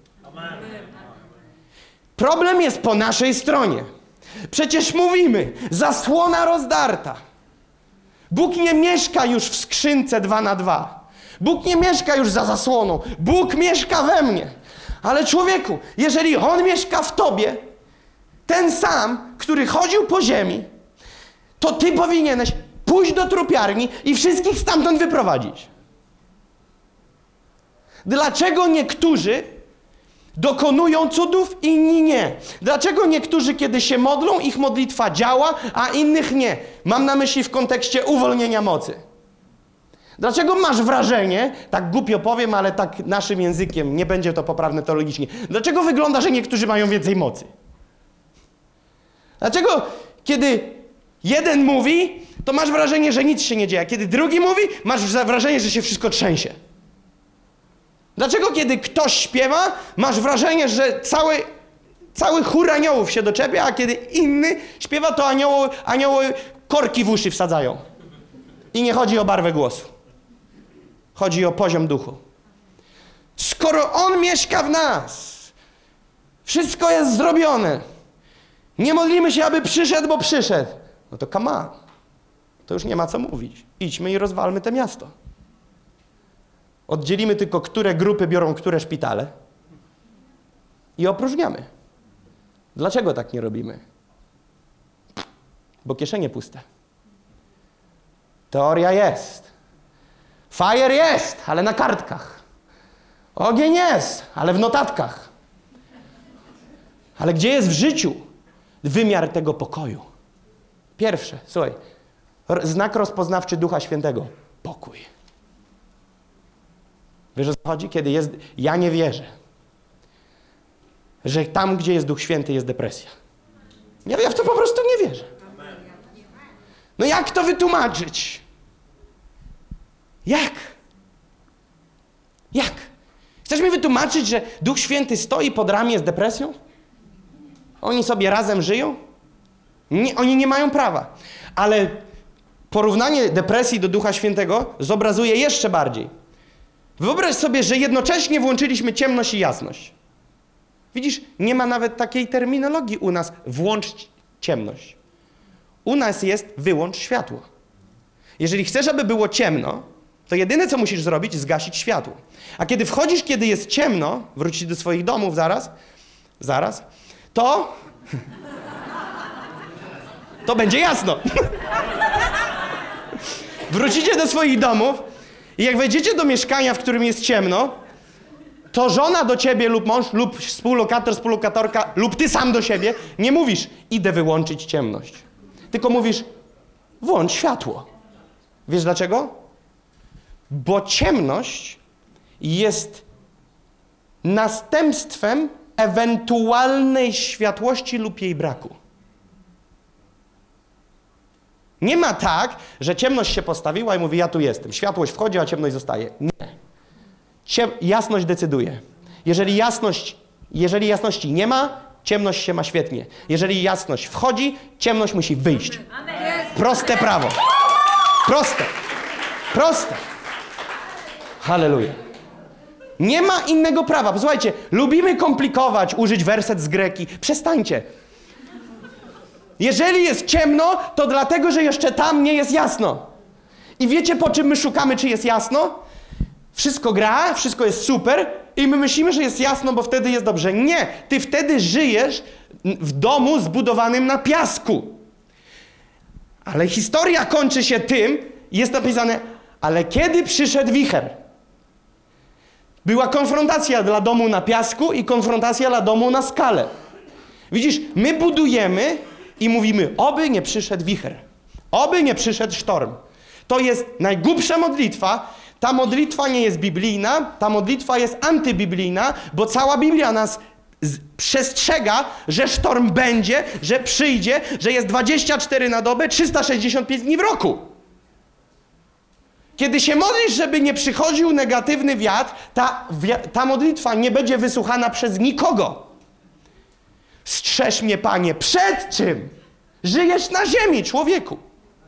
Problem jest po naszej stronie. Przecież mówimy, zasłona rozdarta. Bóg nie mieszka już w skrzynce 2x2. Bóg nie mieszka już za zasłoną. Bóg mieszka we mnie. Ale człowieku, jeżeli On mieszka w tobie, ten sam, który chodził po ziemi, to ty powinieneś pójść do trupiarni i wszystkich stamtąd wyprowadzić. Dlaczego niektórzy dokonują cudów, inni nie? Dlaczego niektórzy, kiedy się modlą, ich modlitwa działa, a innych nie? Mam na myśli w kontekście uwolnienia mocy. Dlaczego masz wrażenie, tak głupio powiem, ale tak naszym językiem, nie będzie to poprawne teologicznie, dlaczego wygląda, że niektórzy mają więcej mocy? Dlaczego, kiedy jeden mówi, to masz wrażenie, że nic się nie dzieje, a kiedy drugi mówi, masz wrażenie, że się wszystko trzęsie? Dlaczego, kiedy ktoś śpiewa, masz wrażenie, że cały chór aniołów się doczepia, a kiedy inny śpiewa, to anioły korki w uszy wsadzają? I nie chodzi o barwę głosu. Chodzi o poziom duchu. Skoro On mieszka w nas, wszystko jest zrobione, nie modlimy się, aby przyszedł, bo przyszedł, no to come on. To już nie ma co mówić. Idźmy i rozwalmy to miasto. Oddzielimy tylko, które grupy biorą które szpitale i opróżniamy. Dlaczego tak nie robimy? Bo kieszenie puste. Teoria jest. Fire jest, ale na kartkach. Ogień jest, ale w notatkach. Ale gdzie jest w życiu wymiar tego pokoju? Pierwsze, słuchaj, Znak rozpoznawczy Ducha Świętego. Pokój. Wiesz, o co chodzi? Kiedy jest... Ja nie wierzę, że tam, gdzie jest Duch Święty, jest depresja. Ja w to po prostu nie wierzę. No jak to wytłumaczyć? Jak? Jak? Chcesz mi wytłumaczyć, że Duch Święty stoi pod ramię z depresją? Oni sobie razem żyją? Nie, oni nie mają prawa. Ale porównanie depresji do Ducha Świętego zobrazuje jeszcze bardziej. Wyobraź sobie, że jednocześnie włączyliśmy ciemność i jasność. Widzisz, nie ma nawet takiej terminologii u nas włącz ciemność. U nas jest wyłącz światło. Jeżeli chcesz, aby było ciemno, to jedyne, co musisz zrobić, zgasić światło. A kiedy wchodzisz, kiedy jest ciemno, wrócisz do swoich domów zaraz, to będzie jasno. Wrócicie do swoich domów i jak wejdziecie do mieszkania, w którym jest ciemno, to żona do ciebie lub mąż, lub współlokator, współlokatorka, lub ty sam do siebie nie mówisz, idę wyłączyć ciemność. Tylko mówisz, włącz światło. Wiesz dlaczego? Bo ciemność jest następstwem ewentualnej światłości lub jej braku. Nie ma tak, że ciemność się postawiła i mówi, ja tu jestem. Światłość wchodzi, a ciemność zostaje. Nie. Jasność decyduje. Jeżeli jasności nie ma, ciemność się ma świetnie. Jeżeli jasność wchodzi, ciemność musi wyjść. Proste prawo. Proste. Halleluja. Nie ma innego prawa. Posłuchajcie, lubimy komplikować, użyć werset z greki. Przestańcie. Jeżeli jest ciemno, to dlatego, że jeszcze tam nie jest jasno. I wiecie, po czym my szukamy, czy jest jasno? Wszystko gra, wszystko jest super i my myślimy, że jest jasno, bo wtedy jest dobrze. Nie, ty wtedy żyjesz w domu zbudowanym na piasku. Ale historia kończy się tym, jest napisane, ale kiedy przyszedł wicher? Była konfrontacja dla domu na piasku i konfrontacja dla domu na skale. Widzisz, my budujemy i mówimy, oby nie przyszedł wicher, oby nie przyszedł sztorm. To jest najgłupsza modlitwa. Ta modlitwa nie jest biblijna, ta modlitwa jest antybiblijna, bo cała Biblia nas przestrzega, że sztorm będzie, że przyjdzie, że jest 24 na dobę, 365 dni w roku. Kiedy się modlisz, żeby nie przychodził negatywny wiatr, ta modlitwa nie będzie wysłuchana przez nikogo. Strzeż mnie, Panie, przed czym? Żyjesz na ziemi, człowieku.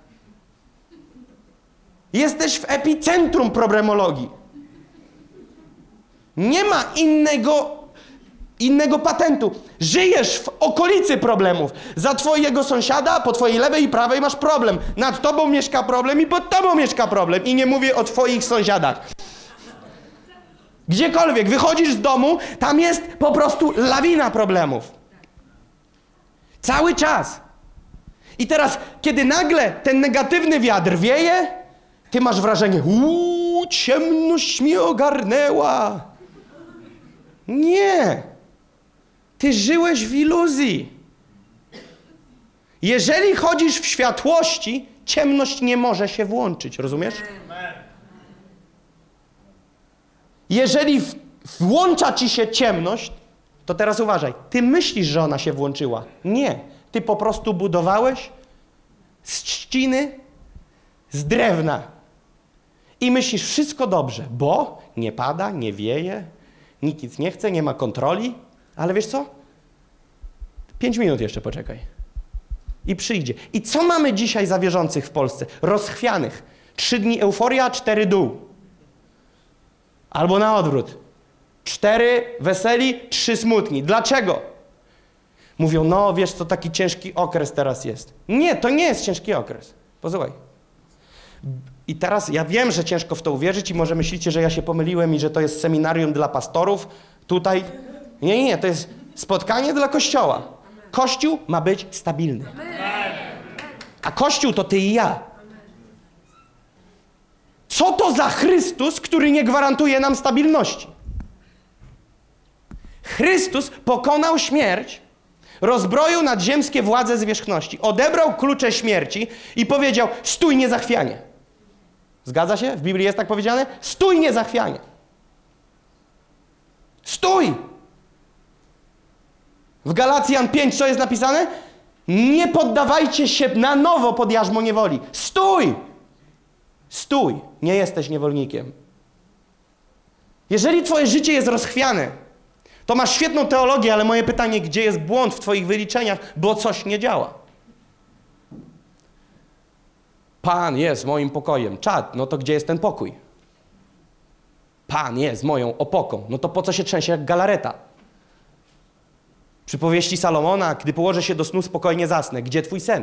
Jesteś w epicentrum problemologii. Nie ma innego patentu. Żyjesz w okolicy problemów. Za twojego sąsiada, po twojej lewej i prawej masz problem. Nad tobą mieszka problem i pod tobą mieszka problem. I nie mówię o twoich sąsiadach. Gdziekolwiek wychodzisz z domu, tam jest po prostu lawina problemów. Cały czas. I teraz, kiedy nagle ten negatywny wiatr wieje, ty masz wrażenie, ciemność mnie ogarnęła. Nie. Ty żyłeś w iluzji. Jeżeli chodzisz w światłości, ciemność nie może się włączyć, rozumiesz? Jeżeli włącza ci się ciemność, to teraz uważaj, ty myślisz, że ona się włączyła. Nie. Ty po prostu budowałeś z trzciny, z drewna. I myślisz, wszystko dobrze, bo nie pada, nie wieje, nikt nic nie chce, nie ma kontroli. Ale wiesz co? 5 minut jeszcze poczekaj. I przyjdzie. I co mamy dzisiaj za wierzących w Polsce? Rozchwianych. 3 dni euforia, 4 dół. Albo na odwrót. 4 weseli, 3 smutni. Dlaczego? Mówią, no wiesz co, taki ciężki okres teraz jest. Nie, to nie jest ciężki okres. Posłuchaj. I teraz ja wiem, że ciężko w to uwierzyć i może myślicie, że ja się pomyliłem i że to jest seminarium dla pastorów. Tutaj. Nie, to jest spotkanie dla Kościoła. Kościół ma być stabilny. A Kościół to ty i ja. Co to za Chrystus, który nie gwarantuje nam stabilności? Chrystus pokonał śmierć, rozbroił nadziemskie władze zwierzchności, odebrał klucze śmierci i powiedział: stój niezachwianie. Zgadza się? W Biblii jest tak powiedziane? Stój niezachwianie. Stój! W Galacjan 5 co jest napisane? Nie poddawajcie się na nowo pod jarzmo niewoli. Stój! Stój! Nie jesteś niewolnikiem. Jeżeli twoje życie jest rozchwiane, to masz świetną teologię, ale moje pytanie, gdzie jest błąd w twoich wyliczeniach, bo coś nie działa. Pan jest moim pokojem. Czad, no to gdzie jest ten pokój? Pan jest moją opoką. No to po co się trzęsie jak galareta? Przypowieści Salomona, gdy położę się do snu, spokojnie zasnę. Gdzie twój sen?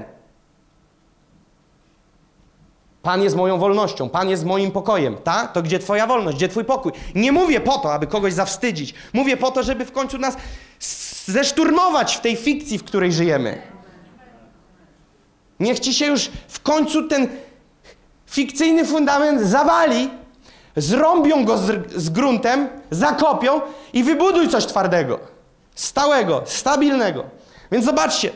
Pan jest moją wolnością, Pan jest moim pokojem. Ta? To gdzie twoja wolność, gdzie twój pokój? Nie mówię po to, aby kogoś zawstydzić. Mówię po to, żeby w końcu nas zeszturmować w tej fikcji, w której żyjemy. Niech ci się już w końcu ten fikcyjny fundament zawali, zrąbią go z gruntem, zakopią i wybuduj coś twardego, stałego, stabilnego. Więc zobaczcie.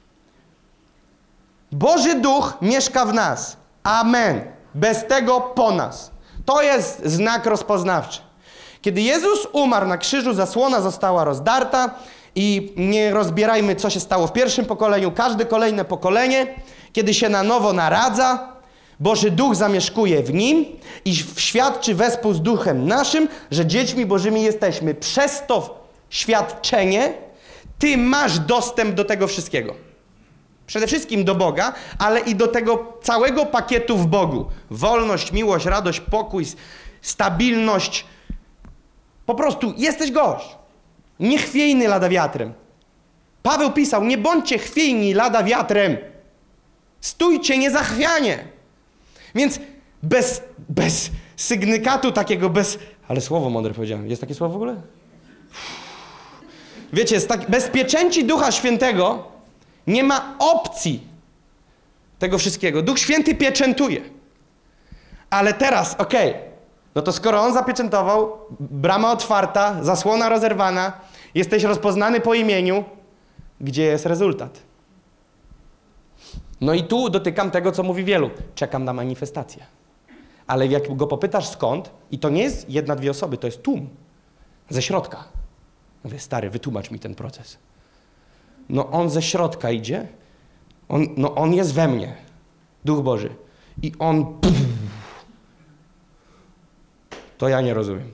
Boży Duch mieszka w nas. Amen. Bez tego po nas. To jest znak rozpoznawczy. Kiedy Jezus umarł na krzyżu, zasłona została rozdarta i nie rozbierajmy, co się stało w pierwszym pokoleniu. Każde kolejne pokolenie, kiedy się na nowo naradza, Boży Duch zamieszkuje w nim i świadczy wespół z Duchem naszym, że dziećmi Bożymi jesteśmy. Przez to świadczenie ty masz dostęp do tego wszystkiego. Przede wszystkim do Boga, ale i do tego całego pakietu w Bogu. Wolność, miłość, radość, pokój, stabilność. Po prostu jesteś gość. Niechwiejny lada wiatrem. Paweł pisał: nie bądźcie chwiejni lada wiatrem. Stójcie niezachwianie. Więc bez sygnykatu takiego, ale słowo mądre powiedziałem. Jest takie słowo w ogóle? Wiecie, bez pieczęci Ducha Świętego nie ma opcji tego wszystkiego. Duch Święty pieczętuje. Ale teraz, no to skoro On zapieczętował, brama otwarta, zasłona rozerwana, jesteś rozpoznany po imieniu, gdzie jest rezultat? No i tu dotykam tego, co mówi wielu. Czekam na manifestację. Ale jak go popytasz skąd, i to nie jest jedna, dwie osoby, to jest tłum. Ze środka. Mówię: stary, wytłumacz mi ten proces. No on ze środka idzie, on jest we mnie, Duch Boży. I on... To ja nie rozumiem.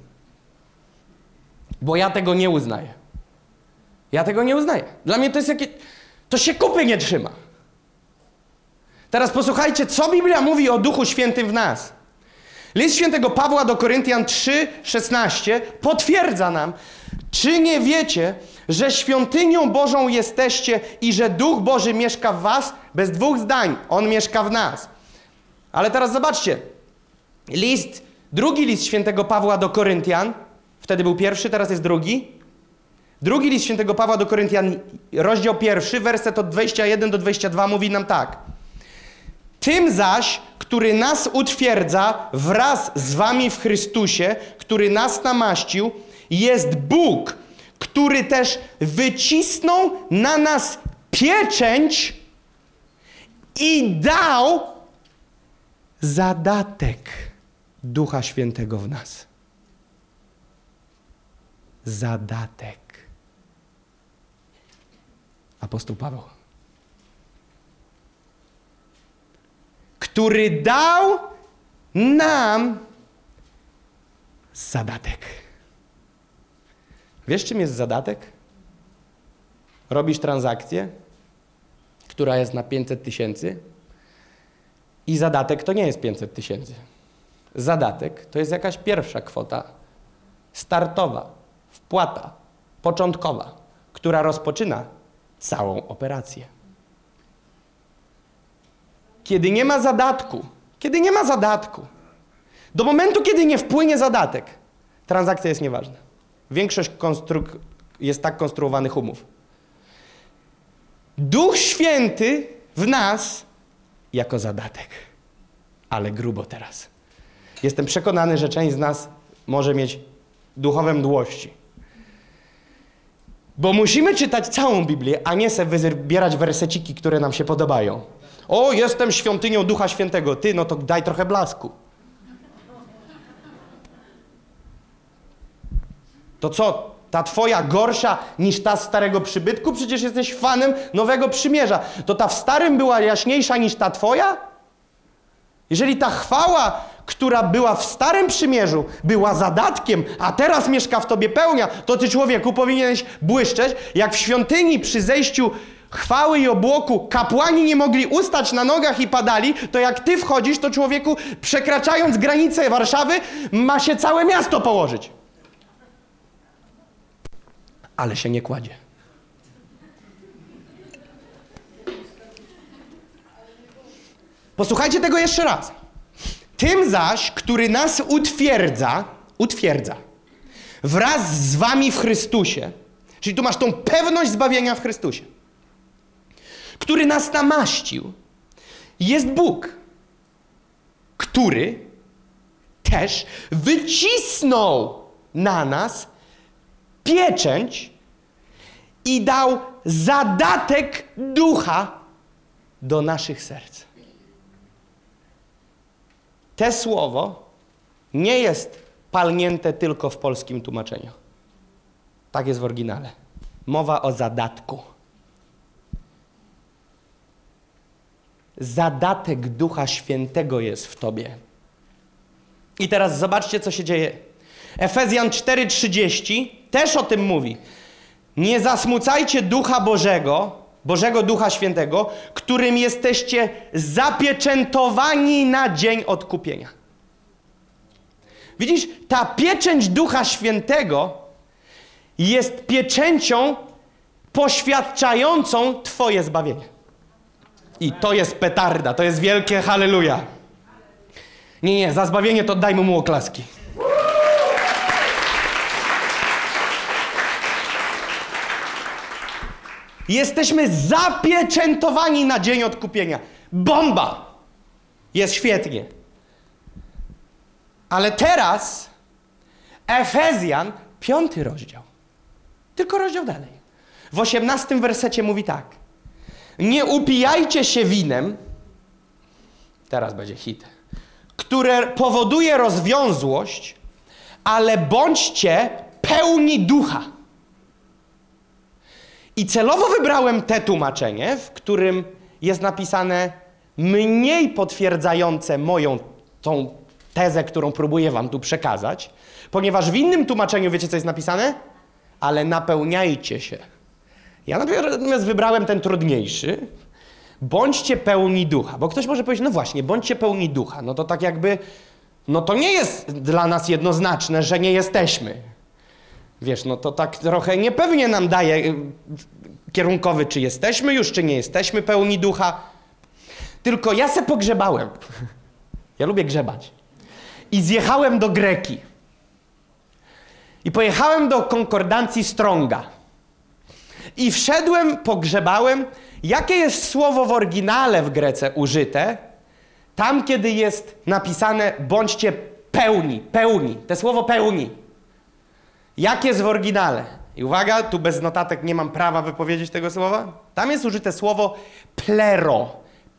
Bo ja tego nie uznaję. Ja tego nie uznaję. Dla mnie to jest to się kupy nie trzyma. Teraz posłuchajcie, co Biblia mówi o Duchu Świętym w nas. List świętego Pawła do Koryntian 3:16 potwierdza nam: czy nie wiecie, że świątynią Bożą jesteście i że Duch Boży mieszka w was? Bez dwóch zdań. On mieszka w nas. Ale teraz zobaczcie. Drugi list świętego Pawła do Koryntian, wtedy był pierwszy, teraz jest drugi. Drugi list świętego Pawła do Koryntian, rozdział 1, werset od 21 do 22 mówi nam tak: tym zaś, który nas utwierdza wraz z wami w Chrystusie, który nas namaścił, jest Bóg, który też wycisnął na nas pieczęć i dał zadatek Ducha Świętego w nas. Zadatek. Apostoł Paweł. Który dał nam zadatek. Wiesz, czym jest zadatek? Robisz transakcję, która jest na 500 000 i zadatek to nie jest 500 000. Zadatek to jest jakaś pierwsza kwota startowa, wpłata początkowa, która rozpoczyna całą operację. Kiedy nie ma zadatku, do momentu, kiedy nie wpłynie zadatek, transakcja jest nieważna. Większość jest tak konstruowanych umów. Duch Święty w nas jako zadatek. Ale grubo teraz. Jestem przekonany, że część z nas może mieć duchowe mdłości. Bo musimy czytać całą Biblię, a nie sobie wybierać werseciki, które nam się podobają. O, jestem świątynią Ducha Świętego. Ty, no to daj trochę blasku. To co, ta twoja gorsza niż ta z Starego Przybytku? Przecież jesteś fanem Nowego Przymierza. To ta w Starym była jaśniejsza niż ta twoja? Jeżeli ta chwała, która była w Starym Przymierzu, była zadatkiem, a teraz mieszka w tobie pełnia, to ty, człowieku, powinieneś błyszczeć, jak w świątyni przy zejściu chwały i obłoku kapłani nie mogli ustać na nogach i padali, to jak ty wchodzisz, to, człowieku, przekraczając granicę Warszawy, ma się całe miasto położyć. Ale się nie kładzie. Posłuchajcie tego jeszcze raz. Tym zaś, który nas utwierdza wraz z wami w Chrystusie, czyli tu masz tą pewność zbawienia w Chrystusie, który nas namaścił, jest Bóg, który też wycisnął na nas pieczęć i dał zadatek Ducha do naszych serc. Te słowo nie jest palnięte tylko w polskim tłumaczeniu. Tak jest w oryginale. Mowa o zadatku. Zadatek Ducha Świętego jest w tobie. I teraz zobaczcie, co się dzieje. Efezjan 4:30 też o tym mówi. Nie zasmucajcie Ducha Bożego Ducha Świętego, którym jesteście zapieczętowani na dzień odkupienia. Widzisz, ta pieczęć Ducha Świętego jest pieczęcią poświadczającą twoje zbawienie. I to jest petarda, to jest wielkie halleluja. Nie, za zbawienie to dajmy mu oklaski. Jesteśmy zapieczętowani na dzień odkupienia. Bomba! Jest świetnie. Ale teraz Efezjan, 5 rozdział. Tylko rozdział dalej. W 18 wersecie mówi tak. Nie upijajcie się winem, teraz będzie hit, które powoduje rozwiązłość, ale bądźcie pełni ducha. I celowo wybrałem te tłumaczenie, w którym jest napisane mniej potwierdzające moją tą tezę, którą próbuję wam tu przekazać, ponieważ w innym tłumaczeniu, wiecie, co jest napisane? Ale napełniajcie się. Ja natomiast wybrałem ten trudniejszy. Bądźcie pełni ducha. Bo ktoś może powiedzieć, no właśnie, bądźcie pełni ducha. No to tak jakby, no to nie jest dla nas jednoznaczne, że nie jesteśmy. Wiesz, no to tak trochę niepewnie nam daje kierunkowy, czy jesteśmy już, czy nie jesteśmy pełni ducha. Tylko ja se pogrzebałem. Ja lubię grzebać. I zjechałem do Greki. I pojechałem do konkordancji Stronga. I wszedłem, pogrzebałem, jakie jest słowo w oryginale w Grece użyte, tam kiedy jest napisane bądźcie pełni, pełni. Te słowo pełni. Jak jest w oryginale? I uwaga, tu bez notatek nie mam prawa wypowiedzieć tego słowa. Tam jest użyte słowo plero.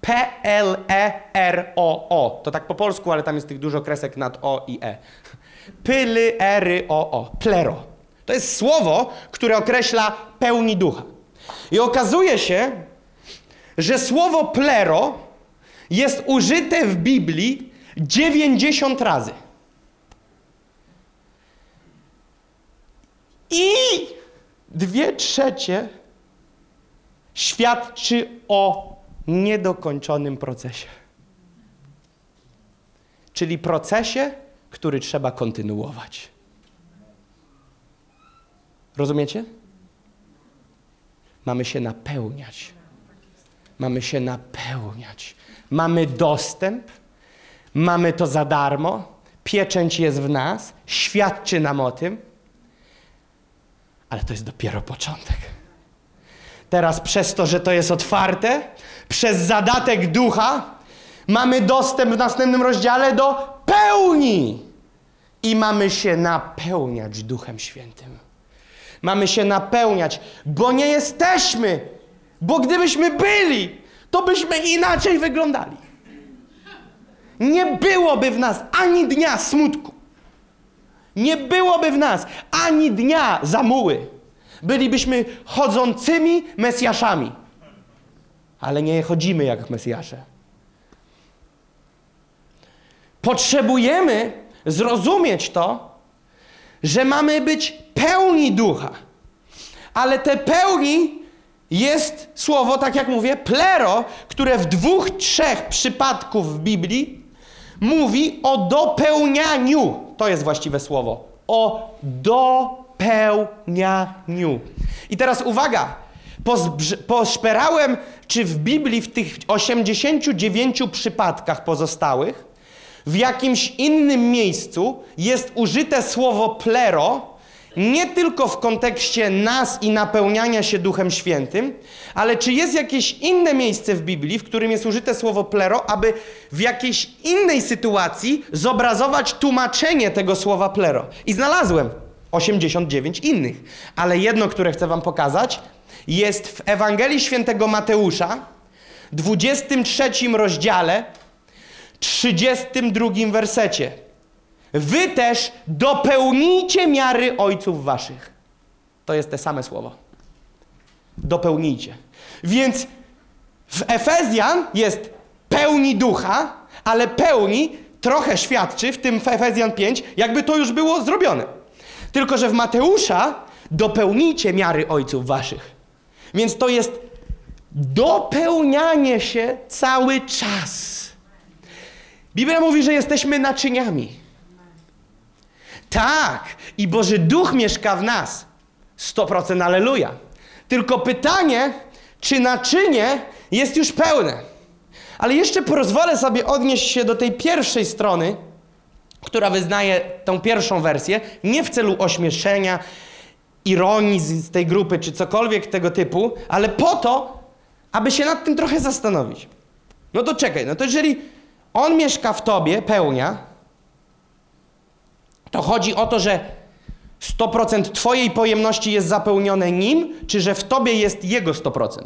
P-L-E-R-O-O. To tak po polsku, ale tam jest tych dużo kresek nad O i E. P-L-E-R-O-O. Plero. To jest słowo, które określa pełni ducha. I okazuje się, że słowo plero jest użyte w Biblii 90 razy. I 2/3 świadczy o niedokończonym procesie. Czyli procesie, który trzeba kontynuować. Rozumiecie? Mamy się napełniać. Mamy się napełniać. Mamy dostęp, mamy to za darmo, pieczęć jest w nas, świadczy nam o tym, ale to jest dopiero początek. Teraz przez to, że to jest otwarte, przez zadatek ducha, mamy dostęp w następnym rozdziale do pełni. I mamy się napełniać Duchem Świętym. Mamy się napełniać, bo nie jesteśmy. Bo gdybyśmy byli, to byśmy inaczej wyglądali. Nie byłoby w nas ani dnia smutku. Nie byłoby w nas ani dnia zamuły. Bylibyśmy chodzącymi Mesjaszami. Ale nie chodzimy jak Mesjasze. Potrzebujemy zrozumieć to, że mamy być pełni ducha. Ale te pełni jest słowo, tak jak mówię, plero, które w 2, 3 przypadków w Biblii mówi o dopełnianiu. To jest właściwe słowo. O dopełnianiu. I teraz uwaga. Poszperałem, czy w Biblii w tych 89 przypadkach pozostałych w jakimś innym miejscu jest użyte słowo plero, nie tylko w kontekście nas i napełniania się Duchem Świętym, ale czy jest jakieś inne miejsce w Biblii, w którym jest użyte słowo plero, aby w jakiejś innej sytuacji zobrazować tłumaczenie tego słowa plero. I znalazłem 89 innych, ale jedno, które chcę wam pokazać, jest w Ewangelii Świętego Mateusza, 23 rozdziale, 32 wersecie. Wy też dopełnijcie miary ojców waszych. To jest te same słowo. Dopełnijcie. Więc w Efezjan jest pełni ducha, ale pełni trochę świadczy, w tym w Efezjan 5, jakby to już było zrobione. Tylko że w Mateusza dopełnijcie miary ojców waszych. Więc to jest dopełnianie się cały czas. Biblia mówi, że jesteśmy naczyniami. Tak, i Boży Duch mieszka w nas. 100% alleluja. Tylko pytanie, czy naczynie jest już pełne. Ale jeszcze pozwolę sobie odnieść się do tej pierwszej strony, która wyznaje tą pierwszą wersję, nie w celu ośmieszenia, ironii z tej grupy, czy cokolwiek tego typu, ale po to, aby się nad tym trochę zastanowić. No to czekaj, no to jeżeli On mieszka w tobie, pełnia, to chodzi o to, że 100% twojej pojemności jest zapełnione Nim, czy że w tobie jest Jego 100%?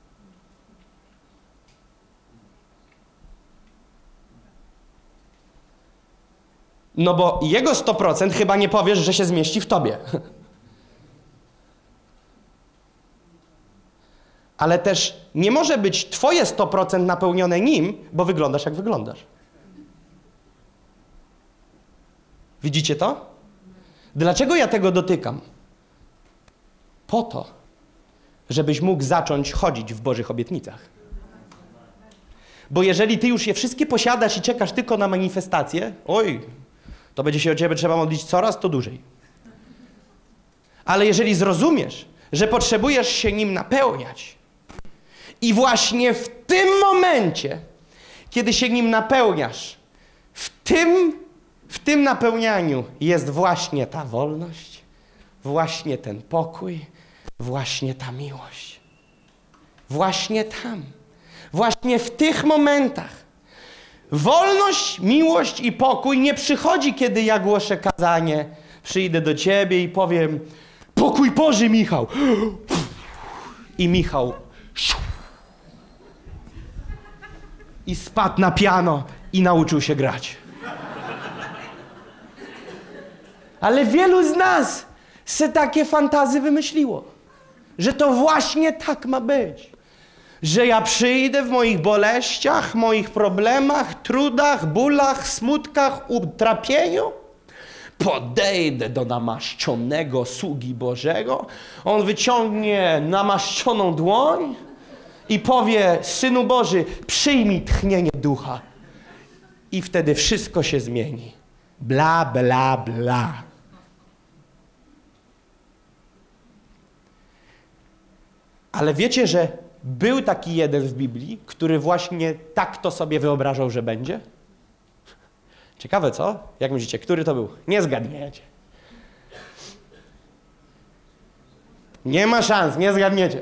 No bo Jego 100% chyba nie powiesz, że się zmieści w tobie. Ale też nie może być twoje 100% napełnione Nim, bo wyglądasz jak wyglądasz. Widzicie to? Dlaczego ja tego dotykam? Po to, żebyś mógł zacząć chodzić w Bożych obietnicach. Bo jeżeli ty już je wszystkie posiadasz i czekasz tylko na manifestację, oj, to będzie się o ciebie trzeba modlić coraz to dłużej. Ale jeżeli zrozumiesz, że potrzebujesz się nim napełniać i właśnie w tym momencie, kiedy się nim napełniasz, w tym napełnianiu jest właśnie ta wolność, właśnie ten pokój, właśnie ta miłość. Właśnie tam, właśnie w tych momentach. Wolność, miłość i pokój nie przychodzi, kiedy ja głoszę kazanie, przyjdę do ciebie i powiem: pokój Boży, Michał. I Michał i spadł na piano i nauczył się grać. Ale wielu z nas se takie fantazy wymyśliło, że to właśnie tak ma być. Że ja przyjdę w moich boleściach, moich problemach, trudach, bólach, smutkach, utrapieniu, podejdę do namaszczonego sługi Bożego, on wyciągnie namaszczoną dłoń i powie: Synu Boży, przyjmij tchnienie ducha. I wtedy wszystko się zmieni. Bla, bla, bla. Ale wiecie, że był taki jeden w Biblii, który właśnie tak to sobie wyobrażał, że będzie? Ciekawe, co? Jak myślicie, który to był? Nie zgadniecie. Nie ma szans, nie zgadniecie.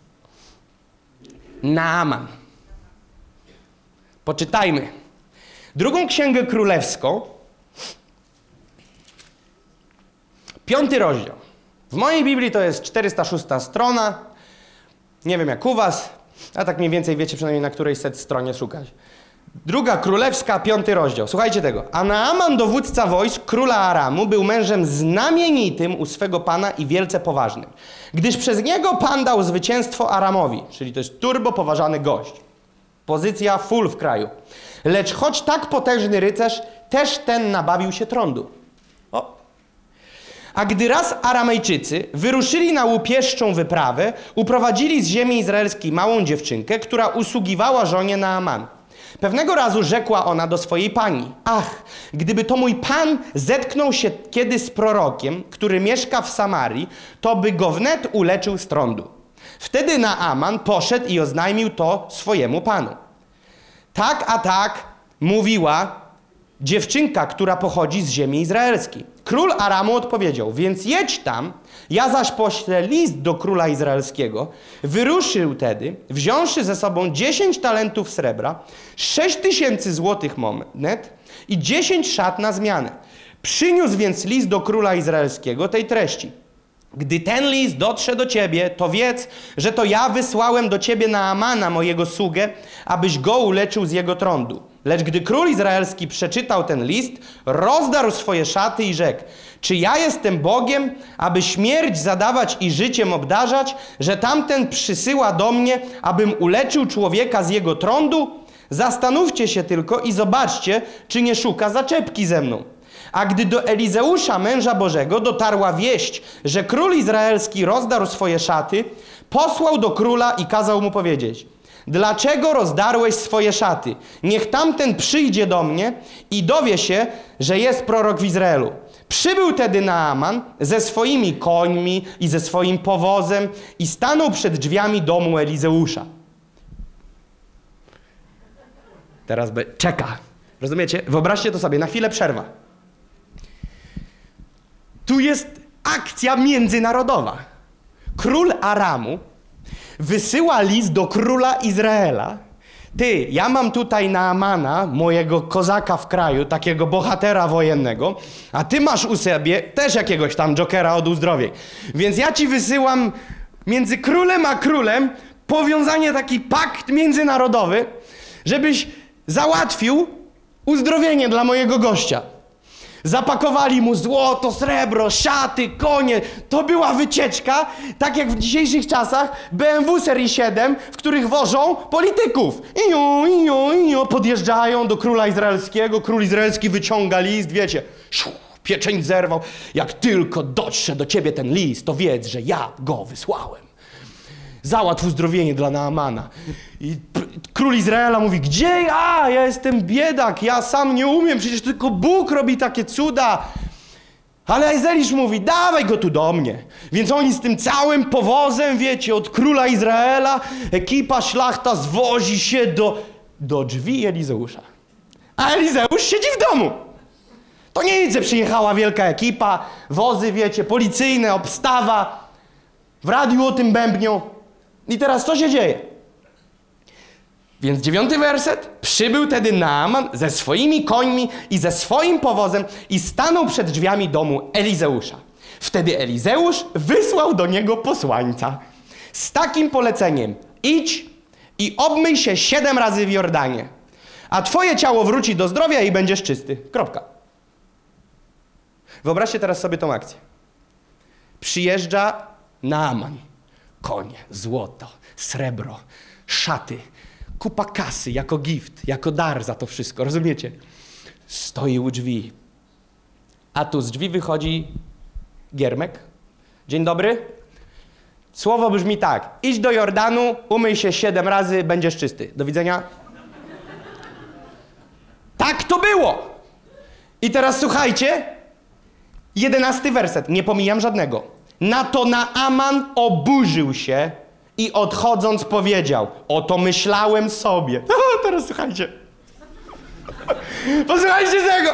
Naaman. Poczytajmy. 2 Księgę Królewską, 5 rozdział, W mojej Biblii to jest 406 strona. Nie wiem jak u was, a tak mniej więcej wiecie przynajmniej na której stronie szukać. Druga Królewska, 5 rozdział. Słuchajcie tego. A Naaman, dowódca wojsk króla Aramu, był mężem znamienitym u swego pana i wielce poważnym. Gdyż przez niego pan dał zwycięstwo Aramowi, czyli to jest turbo poważany gość. Pozycja full w kraju. Lecz choć tak potężny rycerz, też ten nabawił się trądu. A gdy raz Aramejczycy wyruszyli na łupieszczą wyprawę, uprowadzili z ziemi izraelskiej małą dziewczynkę, która usługiwała żonie Naamana. Pewnego razu rzekła ona do swojej pani: ach, gdyby to mój pan zetknął się kiedy z prorokiem, który mieszka w Samarii, to by go wnet uleczył z trądu. Wtedy Naaman poszedł i oznajmił to swojemu panu. Tak, a tak mówiła dziewczynka, która pochodzi z ziemi izraelskiej. Król Aramu odpowiedział: więc jedź tam, ja zaś poślę list do króla izraelskiego. Wyruszył tedy, wziąwszy ze sobą 10 talentów srebra, 6000 złotych monet i 10 szat na zmianę. Przyniósł więc list do króla izraelskiego tej treści: gdy ten list dotrze do ciebie, to wiedz, że to ja wysłałem do ciebie Naamana, mojego sługę, abyś go uleczył z jego trądu. Lecz gdy król izraelski przeczytał ten list, rozdarł swoje szaty i rzekł: czy ja jestem Bogiem, aby śmierć zadawać i życiem obdarzać, że tamten przysyła do mnie, abym uleczył człowieka z jego trądu? Zastanówcie się tylko i zobaczcie, czy nie szuka zaczepki ze mną. A gdy do Elizeusza, męża Bożego, dotarła wieść, że król izraelski rozdarł swoje szaty, posłał do króla i kazał mu powiedzieć: dlaczego rozdarłeś swoje szaty? Niech tamten przyjdzie do mnie i dowie się, że jest prorok w Izraelu. Przybył tedy Naaman ze swoimi końmi i ze swoim powozem i stanął przed drzwiami domu Elizeusza. Teraz czeka. Rozumiecie? Wyobraźcie to sobie, na chwilę przerwa. Tu jest akcja międzynarodowa. Król Aramu wysyła list do króla Izraela. Ty, ja mam tutaj Naamana, mojego kozaka w kraju, takiego bohatera wojennego, a ty masz u siebie też jakiegoś tam jokera od uzdrowień. Więc ja ci wysyłam między królem a królem powiązanie, taki pakt międzynarodowy, żebyś załatwił uzdrowienie dla mojego gościa. Zapakowali mu złoto, srebro, szaty, konie. To była wycieczka, tak jak w dzisiejszych czasach BMW serii 7, w których wożą polityków. Podjeżdżają do króla izraelskiego, król izraelski wyciąga list, wiecie, pieczęć zerwał. Jak tylko dotrze do ciebie ten list, to wiedz, że ja go wysłałem. Załatw uzdrowienie dla Naamana. I król Izraela mówi: gdzie ja? Ja jestem biedak, ja sam nie umiem, przecież tylko Bóg robi takie cuda. Ale Ezelisz mówi: dawaj go tu do mnie. Więc oni z tym całym powozem, wiecie, od króla Izraela, ekipa, szlachta zwozi się do drzwi Elizeusza. A Elizeusz siedzi w domu. To nie jest, że przyjechała wielka ekipa, wozy, wiecie, policyjne, obstawa. W radiu o tym bębnią. I teraz co się dzieje? Więc 9 werset. Przybył tedy Naaman ze swoimi końmi i ze swoim powozem i stanął przed drzwiami domu Elizeusza. Wtedy Elizeusz wysłał do niego posłańca z takim poleceniem: idź i obmyj się 7 razy w Jordanie, a twoje ciało wróci do zdrowia i będziesz czysty. Kropka. Wyobraźcie teraz sobie tą akcję. Przyjeżdża Naaman. Konie, złoto, srebro, szaty, kupa kasy jako gift, jako dar za to wszystko, rozumiecie? Stoi u drzwi. A tu z drzwi wychodzi Giermek. Dzień dobry. Słowo brzmi tak: idź do Jordanu, umyj się 7 razy, będziesz czysty. Do widzenia. Tak to było. I teraz słuchajcie, 11 werset, nie pomijam żadnego. Na to Naaman oburzył się i odchodząc powiedział: oto myślałem sobie. Teraz słuchajcie. Posłuchajcie tego.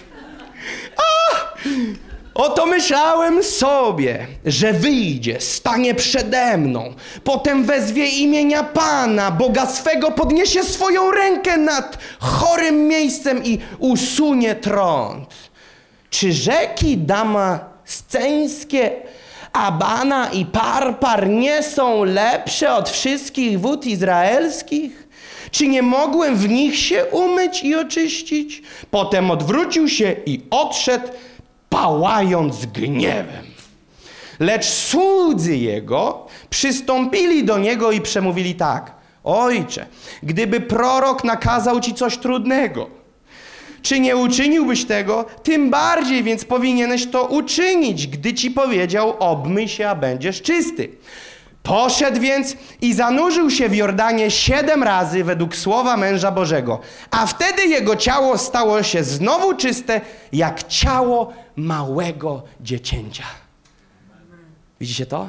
Oto myślałem sobie, że wyjdzie, stanie przede mną, potem wezwie imienia Pana, Boga swego, podniesie swoją rękę nad chorym miejscem i usunie trąd. Czy rzeki damasceńskie, Abana i Parpar nie są lepsze od wszystkich wód izraelskich? Czy nie mogłem w nich się umyć i oczyścić? Potem odwrócił się i odszedł, pałając gniewem. Lecz słudzy jego przystąpili do niego i przemówili tak: Ojcze, gdyby prorok nakazał ci coś trudnego, czy nie uczyniłbyś tego? Tym bardziej więc powinieneś to uczynić, gdy ci powiedział: obmyj się, a będziesz czysty. Poszedł więc i zanurzył się w Jordanie 7 razy według słowa męża Bożego, a wtedy jego ciało stało się znowu czyste, jak ciało małego dziecięcia. Widzicie to?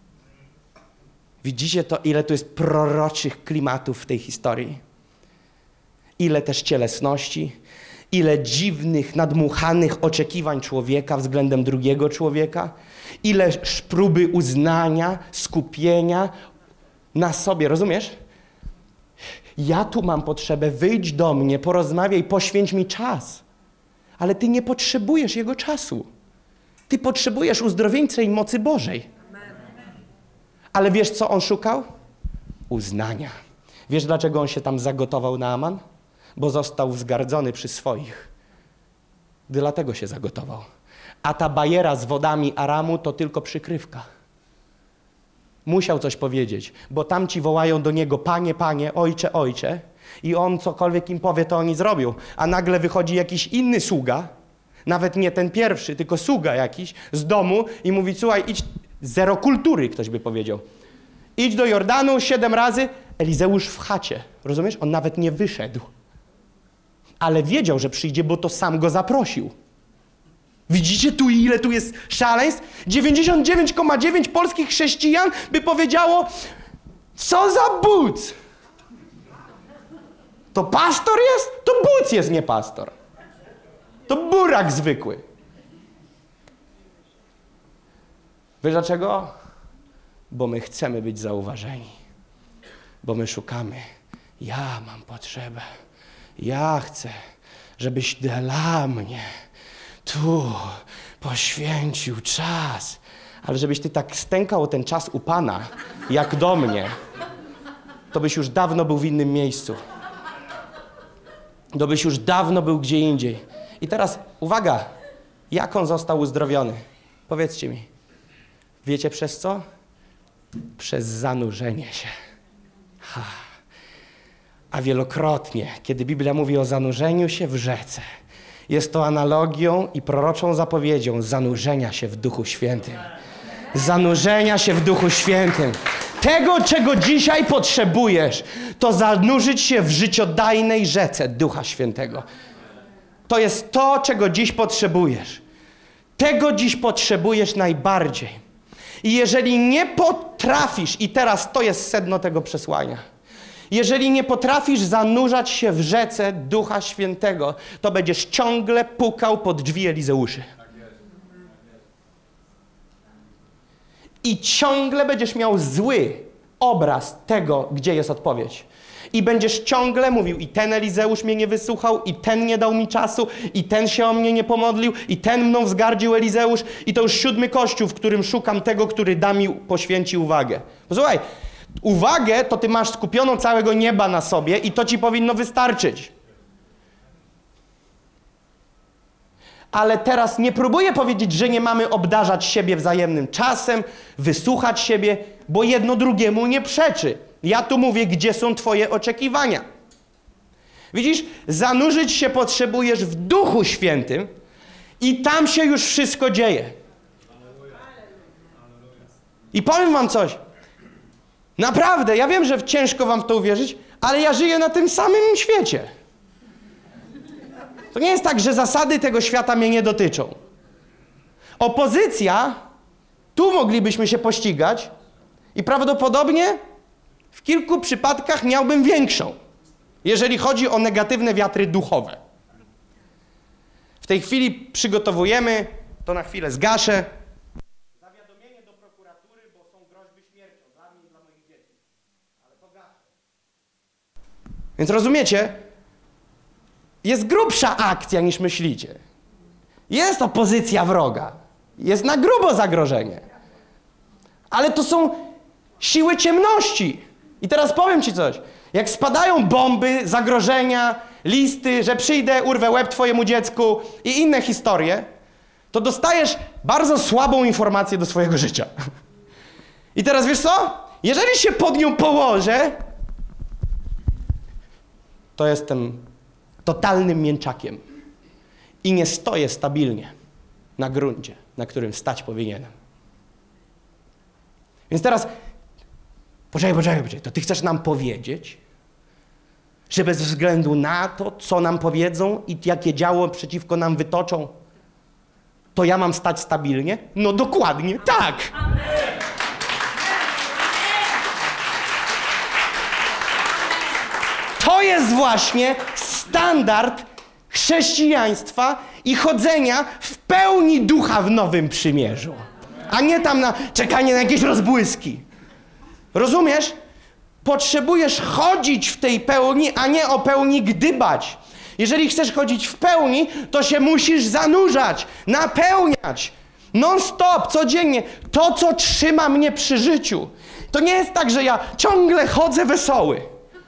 Widzicie to, ile tu jest proroczych klimatów w tej historii? Ile też cielesności, ile dziwnych, nadmuchanych oczekiwań człowieka względem drugiego człowieka, ile próby uznania, skupienia na sobie, rozumiesz? Ja tu mam potrzebę, wyjdź do mnie, porozmawiaj, poświęć mi czas. Ale ty nie potrzebujesz jego czasu. Ty potrzebujesz uzdrowieńczej i mocy Bożej. Ale wiesz, co on szukał? Uznania. Wiesz, dlaczego on się tam zagotował, Naaman? Bo został wzgardzony przy swoich. Dlatego się zagotował. A ta bajera z wodami Aramu to tylko przykrywka. Musiał coś powiedzieć, bo tamci wołają do niego: Panie, Panie, Ojcze, Ojcze. I on cokolwiek im powie, to oni zrobią. A nagle wychodzi jakiś inny sługa, nawet nie ten pierwszy, tylko sługa jakiś z domu i mówi: słuchaj, idź, zero kultury, ktoś by powiedział. Idź do Jordanu 7 razy. Elizeusz w chacie, rozumiesz? On nawet nie wyszedł. Ale wiedział, że przyjdzie, bo to sam go zaprosił. Widzicie tu, ile tu jest szaleństw? 99,9% polskich chrześcijan by powiedziało: co za buc? To pastor jest? To buc jest, nie pastor. To burak zwykły. Wiesz dlaczego? Bo my chcemy być zauważeni. Bo my szukamy. Ja mam potrzebę. Ja chcę, żebyś dla mnie tu poświęcił czas. Ale żebyś ty tak stękał ten czas u Pana, jak do mnie, to byś już dawno był w innym miejscu. To byś już dawno był gdzie indziej. I teraz uwaga, jak on został uzdrowiony? Powiedzcie mi. Wiecie przez co? Przez zanurzenie się. A wielokrotnie, kiedy Biblia mówi o zanurzeniu się w rzece, jest to analogią i proroczą zapowiedzią zanurzenia się w Duchu Świętym. Zanurzenia się w Duchu Świętym. Tego, czego dzisiaj potrzebujesz, to zanurzyć się w życiodajnej rzece Ducha Świętego. To jest to, czego dziś potrzebujesz. Tego dziś potrzebujesz najbardziej. I jeżeli nie potrafisz, i teraz to jest sedno tego przesłania, jeżeli nie potrafisz zanurzać się w rzece Ducha Świętego, to będziesz ciągle pukał pod drzwi Elizeuszy. I ciągle będziesz miał zły obraz tego, gdzie jest odpowiedź. I będziesz ciągle mówił: i ten Elizeusz mnie nie wysłuchał, i ten nie dał mi czasu, i ten się o mnie nie pomodlił, i ten mną wzgardził Elizeusz, i to już 7 kościół, w którym szukam tego, który da mi, poświęci uwagę. Posłuchaj, uwagę to ty masz skupioną całego nieba na sobie i to ci powinno wystarczyć. Ale teraz nie próbuję powiedzieć, że nie mamy obdarzać siebie wzajemnym czasem, wysłuchać siebie, bo jedno drugiemu nie przeczy. Ja tu mówię, gdzie są twoje oczekiwania. Widzisz, zanurzyć się potrzebujesz w Duchu Świętym i tam się już wszystko dzieje. I powiem wam coś. Naprawdę, ja wiem, że ciężko wam w to uwierzyć, ale ja żyję na tym samym świecie. To nie jest tak, że zasady tego świata mnie nie dotyczą. Opozycja, tu moglibyśmy się pościgać i prawdopodobnie w kilku przypadkach miałbym większą, jeżeli chodzi o negatywne wiatry duchowe. W tej chwili przygotowujemy, to na chwilę zgaszę, zawiadomienie do prokuratury, bo są groźby śmiercią dla mnie i dla moich dzieci. Ale to gaszę. Więc rozumiecie? Jest grubsza akcja niż myślicie. Jest opozycja wroga. Jest na grubo zagrożenie. Ale to są siły ciemności. I teraz powiem ci coś. Jak spadają bomby, zagrożenia, listy, że przyjdę, urwę łeb twojemu dziecku i inne historie, to dostajesz bardzo słabą informację do swojego życia. I teraz wiesz co? Jeżeli się pod nią położę, to jestem totalnym mięczakiem i nie stoję stabilnie na gruncie, na którym stać powinienem. Więc teraz, poczekaj, to ty chcesz nam powiedzieć, że bez względu na to, co nam powiedzą i jakie działo przeciwko nam wytoczą, to ja mam stać stabilnie? No dokładnie tak. To jest właśnie standard chrześcijaństwa i chodzenia w pełni ducha w Nowym Przymierzu. A nie tam na czekanie na jakieś rozbłyski. Rozumiesz? Potrzebujesz chodzić w tej pełni, a nie o pełni gdybać. Jeżeli chcesz chodzić w pełni, to się musisz zanurzać, napełniać. Non-stop, codziennie. To, co trzyma mnie przy życiu. To nie jest tak, że ja ciągle chodzę wesoły.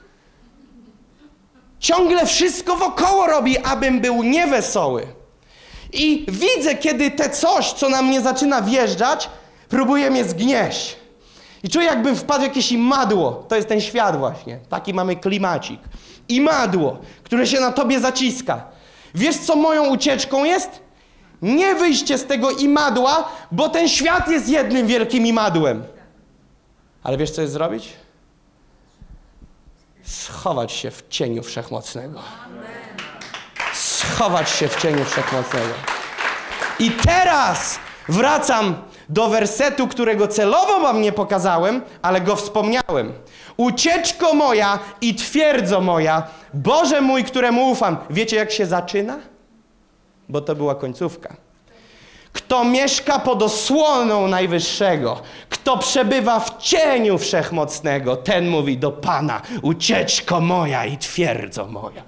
Ciągle wszystko wokoło robi, abym był niewesoły. I widzę, kiedy te coś, co na mnie zaczyna wjeżdżać, próbuje mnie zgnieść. I czuję, jakbym wpadł w jakieś imadło. To jest ten świat właśnie. Taki mamy klimacik. Imadło, które się na tobie zaciska. Wiesz, co moją ucieczką jest? Nie wyjście z tego imadła, bo ten świat jest jednym wielkim imadłem. Ale wiesz, co jest zrobić? Schować się w cieniu Wszechmocnego. Schować się w cieniu Wszechmocnego. I teraz wracam do wersetu, którego celowo wam nie pokazałem, ale go wspomniałem. Ucieczko moja i twierdzo moja, Boże mój, któremu ufam. Wiecie, jak się zaczyna? Bo to była końcówka. Kto mieszka pod osłoną Najwyższego, kto przebywa w cieniu Wszechmocnego, ten mówi do Pana, ucieczko moja i twierdzo moja.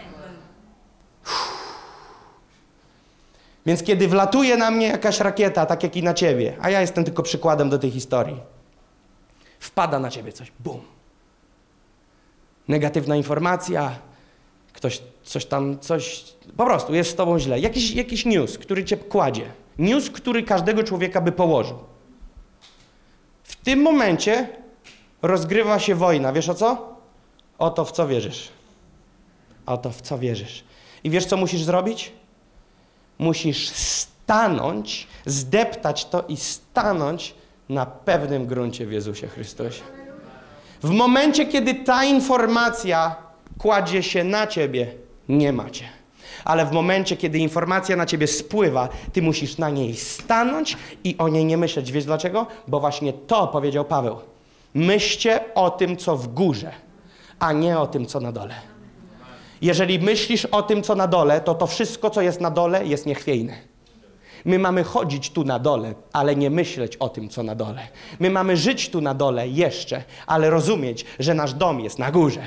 Więc kiedy wlatuje na mnie jakaś rakieta, tak jak i na ciebie, a ja jestem tylko przykładem do tej historii, wpada na ciebie coś, bum. Negatywna informacja, ktoś coś, po prostu jest z tobą źle. Jakiś news, który cię kładzie. News, który każdego człowieka by położył. W tym momencie rozgrywa się wojna. Wiesz o co? O to, w co wierzysz. O to, w co wierzysz. I wiesz, co musisz zrobić? Musisz stanąć, zdeptać to i stanąć na pewnym gruncie w Jezusie Chrystusie. W momencie, kiedy ta informacja kładzie się na ciebie, nie macie. Ale w momencie, kiedy informacja na ciebie spływa, ty musisz na niej stanąć i o niej nie myśleć. Wiesz dlaczego? Bo właśnie to powiedział Paweł. Myślcie o tym, co w górze, a nie o tym, co na dole. Jeżeli myślisz o tym, co na dole, to wszystko, co jest na dole, jest niechwiejne. My mamy chodzić tu na dole, ale nie myśleć o tym, co na dole. My mamy żyć tu na dole jeszcze, ale rozumieć, że nasz dom jest na górze.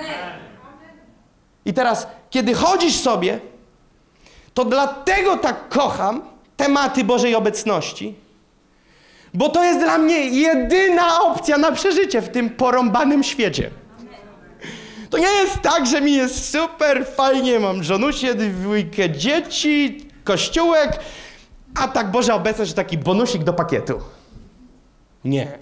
I teraz, kiedy chodzisz sobie, to dlatego tak kocham tematy Bożej obecności, bo to jest dla mnie jedyna opcja na przeżycie w tym porąbanym świecie. To nie jest tak, że mi jest super, fajnie, mam żonusię, dwójkę dzieci, kościółek, a tak Boża obecność to taki bonusik do pakietu. Nie.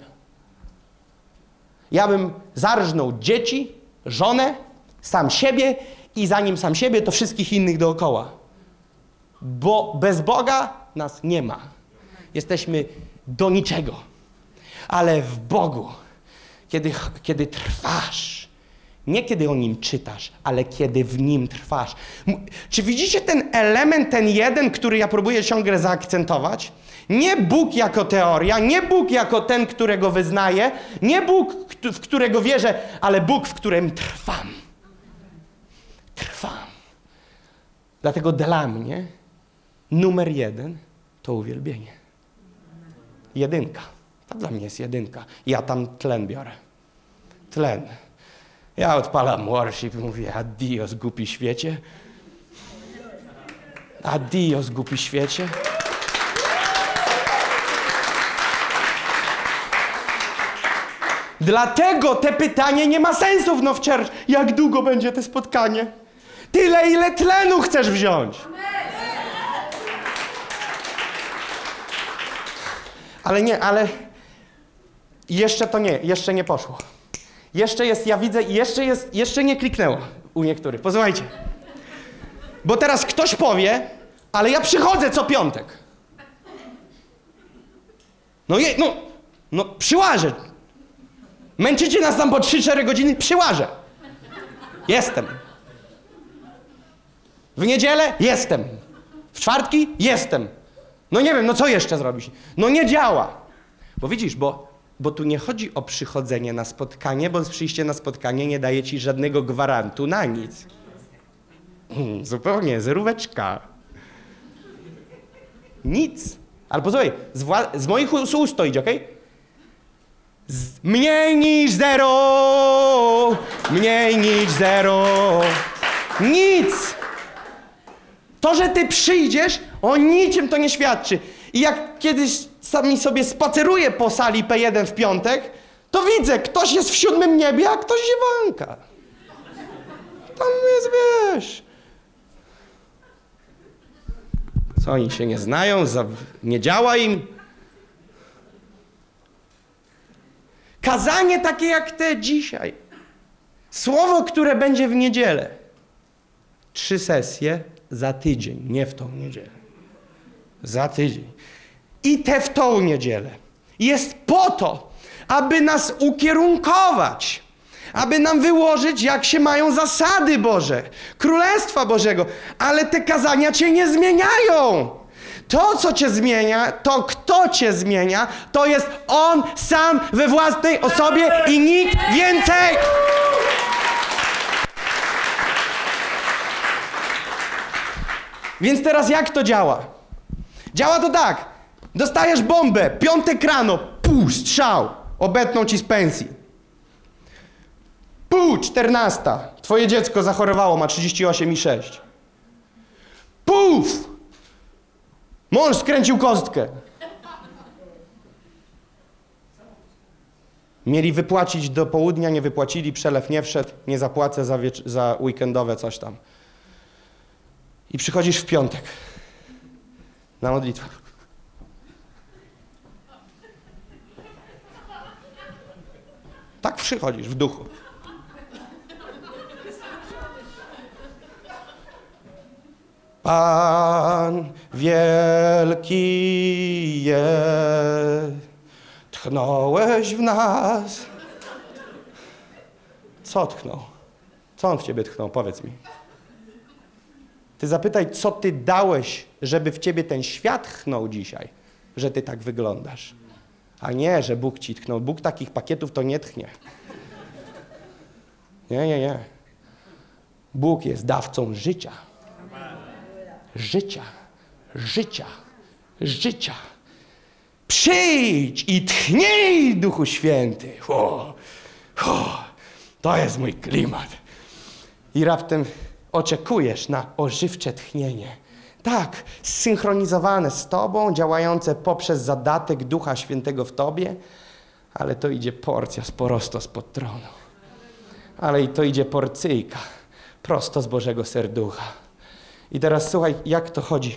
Ja bym zarżnął dzieci, żonę, sam siebie i zanim sam siebie, to wszystkich innych dookoła. Bo bez Boga nas nie ma. Jesteśmy do niczego. Ale w Bogu, kiedy trwasz, nie kiedy o Nim czytasz, ale kiedy w Nim trwasz. Czy widzicie ten element, ten jeden, który ja próbuję ciągle zaakcentować? Nie Bóg jako teoria, nie Bóg jako ten, którego wyznaję, nie Bóg, w którego wierzę, ale Bóg, w którym trwam. Trwam. Dlatego dla mnie numer 1 to uwielbienie. Jedynka. To dla mnie jest jedynka. Ja tam tlen biorę. Tlen. Ja odpalam worship i mówię, adios, głupi świecie. Adios, głupi świecie. Dlatego te pytanie nie ma sensu w Now Church. Jak długo będzie to spotkanie? Tyle, ile tlenu chcesz wziąć. Ale jeszcze nie poszło. Jeszcze jest, ja widzę, jeszcze nie kliknęło u niektórych. Posłuchajcie. Bo teraz ktoś powie, ale ja przychodzę co piątek. No przyłażę. Męczycie nas tam po 3-4 godziny? Przyłażę. Jestem. W niedzielę? Jestem. W czwartki? Jestem. No nie wiem, no co jeszcze zrobić? No nie działa. Bo widzisz, bo tu nie chodzi o przychodzenie na spotkanie, bo przyjście na spotkanie nie daje ci żadnego gwarantu na nic. Zupełnie, zeróweczka. Nic. Ale posłuchaj, z moich ust to idzie, okej? Mniej niż zero! Mniej niż zero! Nic! To, że ty przyjdziesz, o niczym to nie świadczy. I jak kiedyś sami sobie spaceruję po sali P1 w piątek, to widzę, ktoś jest w 7. niebie, a ktoś ziewanka. Tam jest, wiesz... Co, oni się nie znają? Nie działa im? Kazanie takie jak te dzisiaj. Słowo, które będzie w niedzielę. 3 sesje za tydzień, nie w tą niedzielę. Za tydzień. I te w tą niedzielę. Jest po to, aby nas ukierunkować. Aby nam wyłożyć, jak się mają zasady Boże, Królestwa Bożego. Ale te kazania cię nie zmieniają. To, co cię zmienia, to kto cię zmienia, to jest On sam we własnej osobie i nikt więcej. Więc teraz jak to działa? Działa to tak. Dostajesz bombę, piątek rano, strzał, obetną ci z pensji. 14. Twoje dziecko zachorowało, ma 38,6. Puf! Mąż skręcił kostkę. Mieli wypłacić do południa, nie wypłacili, przelew nie wszedł, nie zapłacę za weekendowe coś tam. I przychodzisz w piątek na modlitwę. Tak przychodzisz w duchu. Pan wielki jest, tchnąłeś w nas. Co tchnął? Co on w ciebie tchnął? Powiedz mi. Ty zapytaj, co ty dałeś, żeby w ciebie ten świat tchnął dzisiaj, że ty tak wyglądasz. A nie, że Bóg ci tchnął. Bóg takich pakietów to nie tchnie. Nie. Bóg jest dawcą życia. Życia. Przyjdź i tchnij, Duchu Święty. To jest mój klimat. I raptem oczekujesz na ożywcze tchnienie. Tak, zsynchronizowane z Tobą, działające poprzez zadatek Ducha Świętego w Tobie, ale to idzie porcja prosto spod tronu. Ale i to idzie porcyjka prosto z Bożego serducha. I teraz słuchaj, jak to chodzi.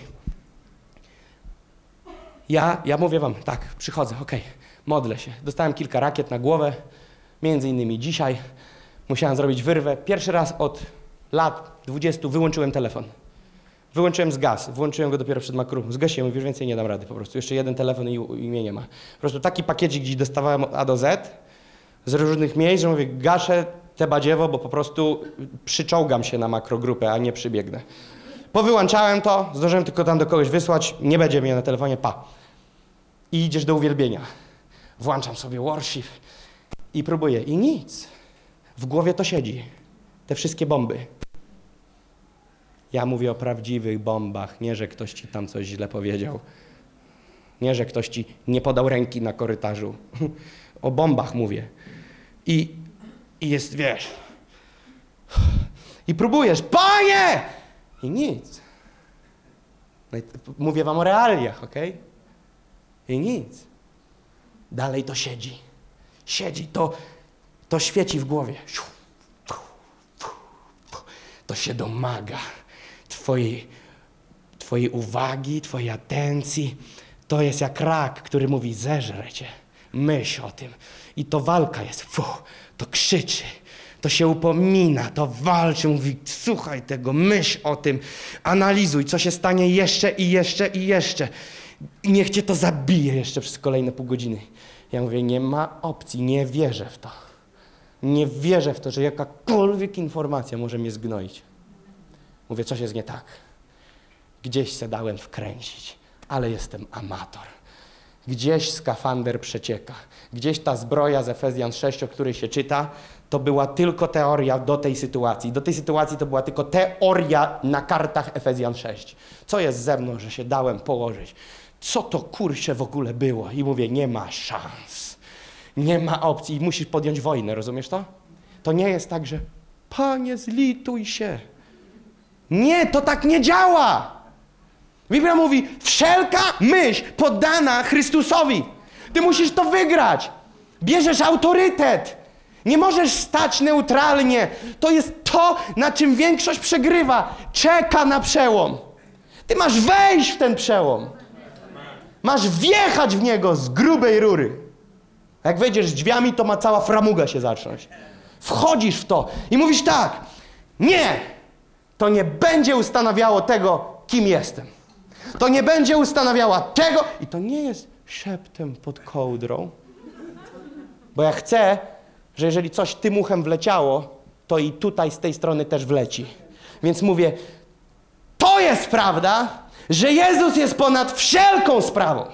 Ja mówię wam, tak, przychodzę, modlę się. Dostałem kilka rakiet na głowę, między innymi dzisiaj. Musiałem zrobić wyrwę. Pierwszy raz od lat 20 wyłączyłem telefon. Wyłączyłem gaz, włączyłem go dopiero przed makru. Zgasiłem, już więcej nie dam rady po prostu. Jeszcze jeden telefon i mnie nie ma. Po prostu taki pakiecik, gdzie dostawałem od A do Z z różnych miejsc, że mówię, gaszę te badziewo, bo po prostu przyczołgam się na makrogrupę, a nie przybiegnę. Powyłączałem to, zdążyłem tylko tam do kogoś wysłać, nie będzie mnie na telefonie, pa. I idziesz do uwielbienia. Włączam sobie worship i próbuję. I nic. W głowie to siedzi. Te wszystkie bomby. Ja mówię o prawdziwych bombach, nie, że ktoś ci tam coś źle powiedział. Nie, że ktoś ci nie podał ręki na korytarzu. O bombach mówię. I jest, wiesz. I próbujesz, Panie! I nic. No i mówię wam o realiach, okej? I nic. Dalej to siedzi. Siedzi to to świeci w głowie. To się domaga twojej uwagi, twojej atencji. To jest jak rak, który mówi, zeżrę cię. Myśl o tym. I to walka jest. To krzyczy. To się upomina, to walczy, mówi, słuchaj tego, myśl o tym, analizuj, co się stanie jeszcze i jeszcze i jeszcze. I niech cię to zabije jeszcze przez kolejne pół godziny. Ja mówię, nie ma opcji, nie wierzę w to. Nie wierzę w to, że jakakolwiek informacja może mnie zgnoić. Mówię, coś jest nie tak. Gdzieś se dałem wkręcić, ale jestem amator. Gdzieś skafander przecieka. Gdzieś ta zbroja z Efezjan 6, o której się czyta, to była tylko teoria do tej sytuacji. Do tej sytuacji to była tylko teoria na kartach Efezjan 6. Co jest ze mną, że się dałem położyć? Co to kurczę w ogóle było? I mówię, nie ma szans. Nie ma opcji. I musisz podjąć wojnę, rozumiesz to? To nie jest tak, że Panie, zlituj się. Nie, to tak nie działa. Biblia mówi, wszelka myśl poddana Chrystusowi. Ty musisz to wygrać. Bierzesz autorytet. Nie możesz stać neutralnie. To jest to, na czym większość przegrywa. Czeka na przełom. Ty masz wejść w ten przełom. Masz wjechać w niego z grubej rury. Jak wejdziesz z drzwiami, to ma cała framuga się zacząć. Wchodzisz w to i mówisz tak. Nie, to nie będzie ustanawiało tego, kim jestem. To nie będzie ustanawiała tego i to nie jest szeptem pod kołdrą. Bo ja chcę, że jeżeli coś tym uchem wleciało, to i tutaj z tej strony też wleci. Więc mówię, to jest prawda, że Jezus jest ponad wszelką sprawą.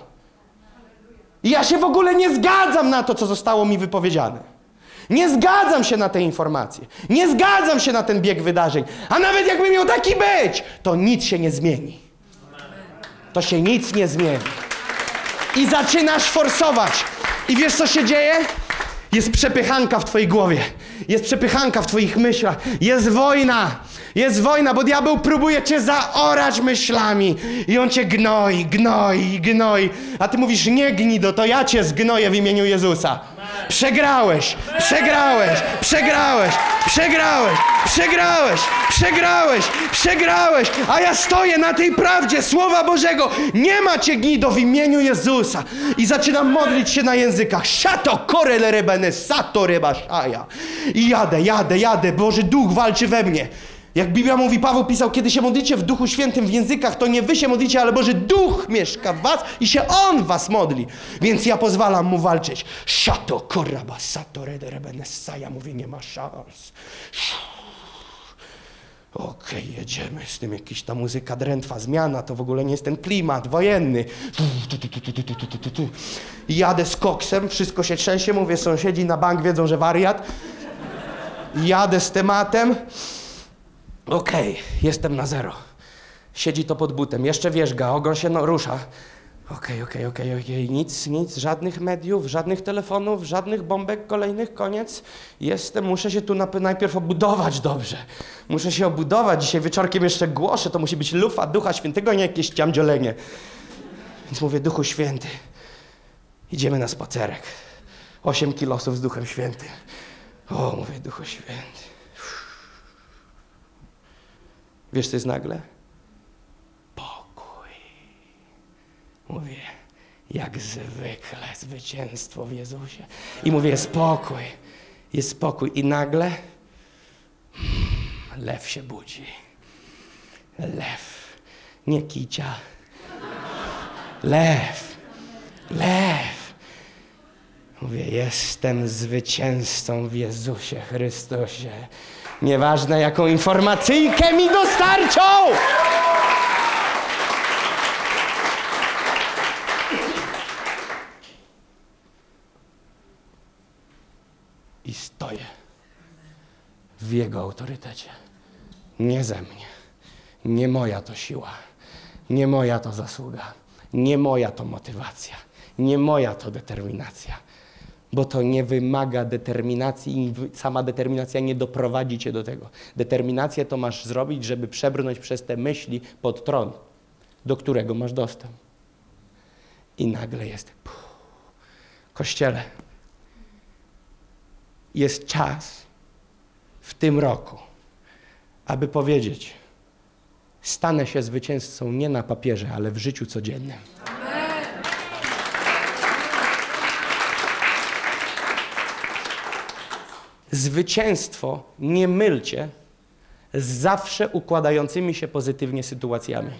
I ja się w ogóle nie zgadzam na to, co zostało mi wypowiedziane. Nie zgadzam się na te informacje. Nie zgadzam się na ten bieg wydarzeń. A nawet jakby miał taki być, to nic się nie zmieni. To się nic nie zmieni. I zaczynasz forsować. I wiesz, co się dzieje? Jest przepychanka w twojej głowie. Jest przepychanka w twoich myślach. Jest wojna. Jest wojna, bo diabeł próbuje cię zaorać myślami. I on cię gnoi, gnoi, gnoi. A ty mówisz, nie gnido, to ja cię zgnoję w imieniu Jezusa. Przegrałeś, przegrałeś, przegrałeś, przegrałeś, przegrałeś, przegrałeś, przegrałeś. A ja stoję na tej prawdzie Słowa Bożego. Nie macie gnido w imieniu Jezusa. I zaczynam modlić się na językach. Szato korele rebene, sato rebaszaja. I jadę. Boży Duch walczy we mnie. Jak Biblia mówi, Paweł pisał, kiedy się modlicie w Duchu Świętym w językach, to nie wy się modlicie, ale Boży Duch mieszka w was i się On was modli. Więc ja pozwalam Mu walczyć. Szato koraba sato rebenesaja. Mówię, nie ma szans. Okej, jedziemy z tym, jakiś ta muzyka drętwa, zmiana, to w ogóle nie jest ten klimat wojenny. Jadę z koksem, wszystko się trzęsie, mówię, sąsiedzi na bank wiedzą, że wariat. Jadę z tematem. Okej, jestem na zero. Siedzi to pod butem, jeszcze wierzga, ogon się rusza. Okej, nic, żadnych mediów, żadnych telefonów, żadnych bombek kolejnych, koniec. Muszę się tu najpierw obudować dobrze. Muszę się obudować, dzisiaj wieczorkiem jeszcze głoszę, to musi być lufa Ducha Świętego, nie jakieś ciamdziolenie. Więc mówię, Duchu Święty, idziemy na spacerek. 8 kilosów z Duchem Świętym. Mówię, Duchu Święty. Wiesz, co jest nagle? Pokój. Mówię, jak zwykle, zwycięstwo w Jezusie. I mówię, jest spokój. I nagle lew się budzi. Lew, nie kicia. Lew. Mówię, jestem zwycięzcą w Jezusie Chrystusie. Nieważne, jaką informacyjkę mi dostarczą! I stoję w Jego autorytecie. Nie ze mnie. Nie moja to siła. Nie moja to zasługa. Nie moja to motywacja. Nie moja to determinacja. Bo to nie wymaga determinacji i sama determinacja nie doprowadzi cię do tego. Determinację to masz zrobić, żeby przebrnąć przez te myśli pod tron, do którego masz dostęp. I nagle jest Kościele. jest czas w tym roku, aby powiedzieć: stanę się zwycięzcą nie na papierze, ale w życiu codziennym. Zwycięstwo nie mylcie z zawsze układającymi się pozytywnie sytuacjami.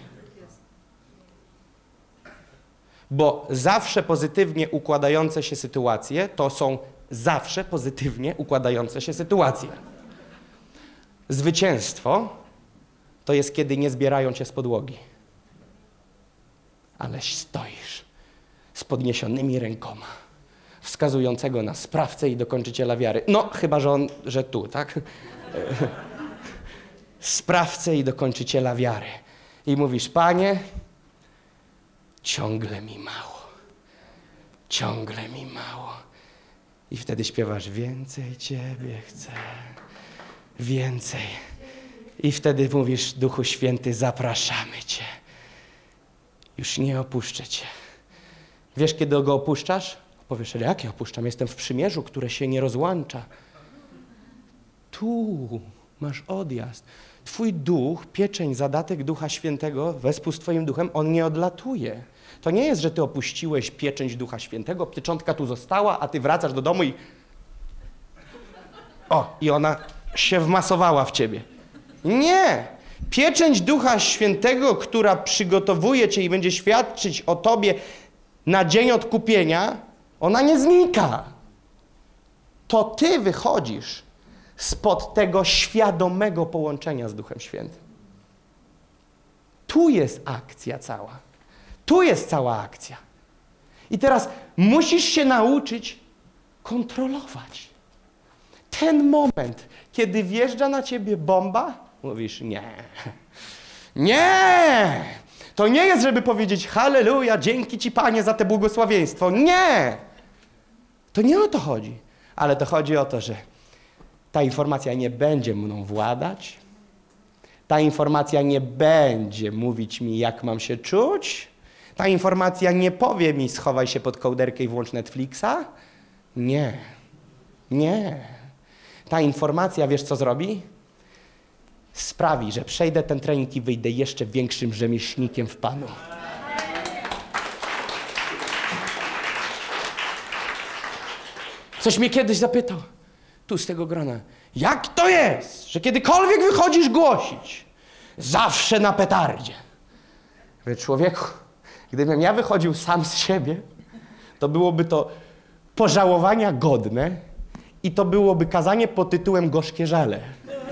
Bo zawsze pozytywnie układające się sytuacje to są zawsze pozytywnie układające się sytuacje. Zwycięstwo to jest, kiedy nie zbierają cię z podłogi, ale stoisz z podniesionymi rękoma, wskazującego na sprawcę i dokończyciela wiary. No, chyba że tu, tak? Sprawcę i dokończyciela wiary. I mówisz: Panie, ciągle mi mało. Ciągle mi mało. I wtedy śpiewasz: więcej Ciebie chcę. Więcej. I wtedy mówisz: Duchu Święty, zapraszamy Cię. Już nie opuszczę Cię. Wiesz, kiedy go opuszczasz? Powiesz: ale jak ja opuszczam? Jestem w przymierzu, które się nie rozłącza. Tu masz odjazd. Twój duch, pieczeń, zadatek Ducha Świętego wespół z Twoim duchem, on nie odlatuje. To nie jest, że Ty opuściłeś pieczęć Ducha Świętego, pieczątka tu została, a Ty wracasz do domu i ona się wmasowała w Ciebie. Nie! Pieczęć Ducha Świętego, która przygotowuje Cię i będzie świadczyć o Tobie na dzień odkupienia, ona nie znika. To Ty wychodzisz spod tego świadomego połączenia z Duchem Świętym. Tu jest akcja cała. Tu jest cała akcja. I teraz musisz się nauczyć kontrolować. Ten moment, kiedy wjeżdża na ciebie bomba, mówisz: nie. Nie! To nie jest, żeby powiedzieć: halleluja, dzięki Ci, Panie, za te błogosławieństwo. Nie! To nie o to chodzi. Ale to chodzi o to, że ta informacja nie będzie mną władać. Ta informacja nie będzie mówić mi, jak mam się czuć. Ta informacja nie powie mi: schowaj się pod kołderkę i włącz Netflixa. Nie. Nie. Ta informacja, wiesz co zrobi? Sprawi, że przejdę ten trening i wyjdę jeszcze większym rzemieślnikiem w Panu. Ktoś mnie kiedyś zapytał, tu z tego grona: jak to jest, że kiedykolwiek wychodzisz głosić, zawsze na petardzie? Mówię: człowieku, gdybym ja wychodził sam z siebie, to byłoby to pożałowania godne i to byłoby kazanie pod tytułem Gorzkie żale.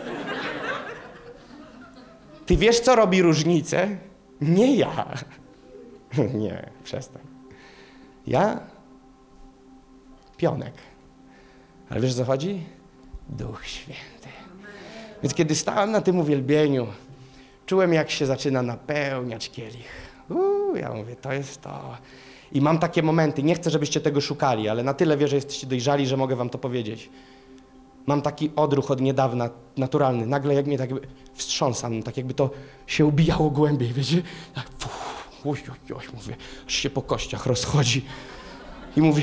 Ty wiesz, co robi różnicę? Nie ja. Nie, przestań. Ja? Pionek. Ale wiesz, o co chodzi? Duch Święty. Więc kiedy stałem na tym uwielbieniu, czułem, jak się zaczyna napełniać kielich. Ja mówię: to jest to. I mam takie momenty, nie chcę, żebyście tego szukali, ale na tyle wierzę, że jesteście dojrzali, że mogę wam to powiedzieć. Mam taki odruch od niedawna, naturalny. Nagle jak mnie tak wstrząsam, tak jakby to się ubijało głębiej, wiecie? Tak, mówię, aż się po kościach rozchodzi. I mówię,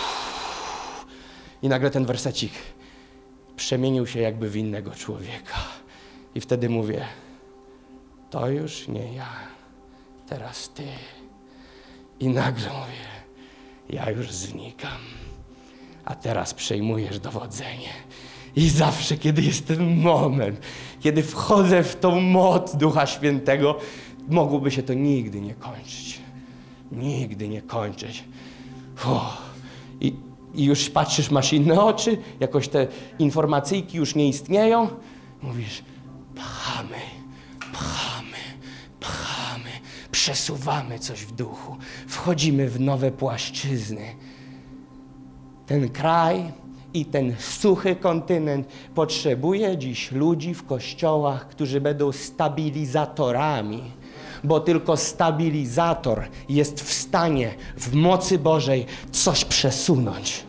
i nagle ten wersecik przemienił się jakby w innego człowieka. I wtedy mówię: to już nie ja, teraz Ty. I nagle mówię: ja już znikam, a teraz przejmujesz dowodzenie. I zawsze, kiedy jest ten moment, kiedy wchodzę w tą moc Ducha Świętego, mogłoby się to nigdy nie kończyć. Nigdy nie kończyć. I już patrzysz, masz inne oczy, jakoś te informacyjki już nie istnieją. Mówisz: pchamy, przesuwamy coś w duchu, wchodzimy w nowe płaszczyzny. Ten kraj i ten suchy kontynent potrzebuje dziś ludzi w kościołach, którzy będą stabilizatorami, bo tylko stabilizator jest w stanie w mocy Bożej coś przesunąć.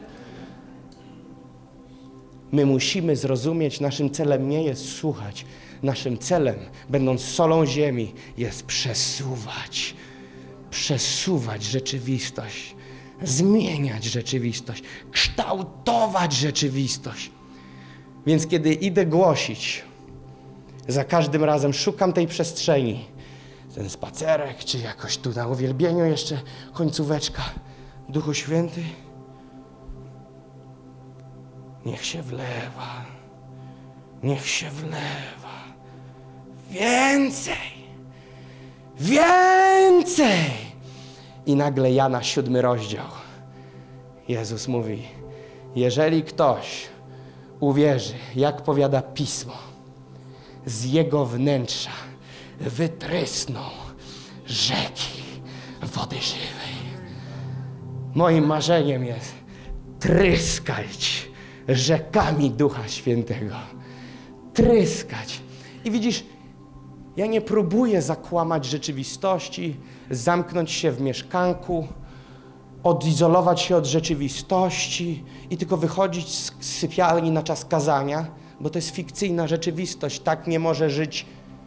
My musimy zrozumieć, naszym celem nie jest słuchać. Naszym celem, będąc solą ziemi, jest przesuwać rzeczywistość zmieniać rzeczywistość, kształtować rzeczywistość. Więc kiedy idę głosić, za każdym razem szukam tej przestrzeni. Ten spacerek, czy jakoś tu na uwielbieniu jeszcze końcóweczka. Duchu Święty, niech się wlewa. Niech się wlewa. Więcej! Więcej! I nagle Jana 7 rozdział. Jezus mówi, jeżeli ktoś uwierzy, jak powiada Pismo, z jego wnętrza wytrysną rzeki wody żywej. Moim marzeniem jest tryskać rzekami Ducha Świętego. Tryskać. I widzisz, ja nie próbuję zakłamać rzeczywistości, zamknąć się w mieszkanku, odizolować się od rzeczywistości i tylko wychodzić z sypialni na czas kazania, bo to jest fikcyjna rzeczywistość. Tak nie może żyć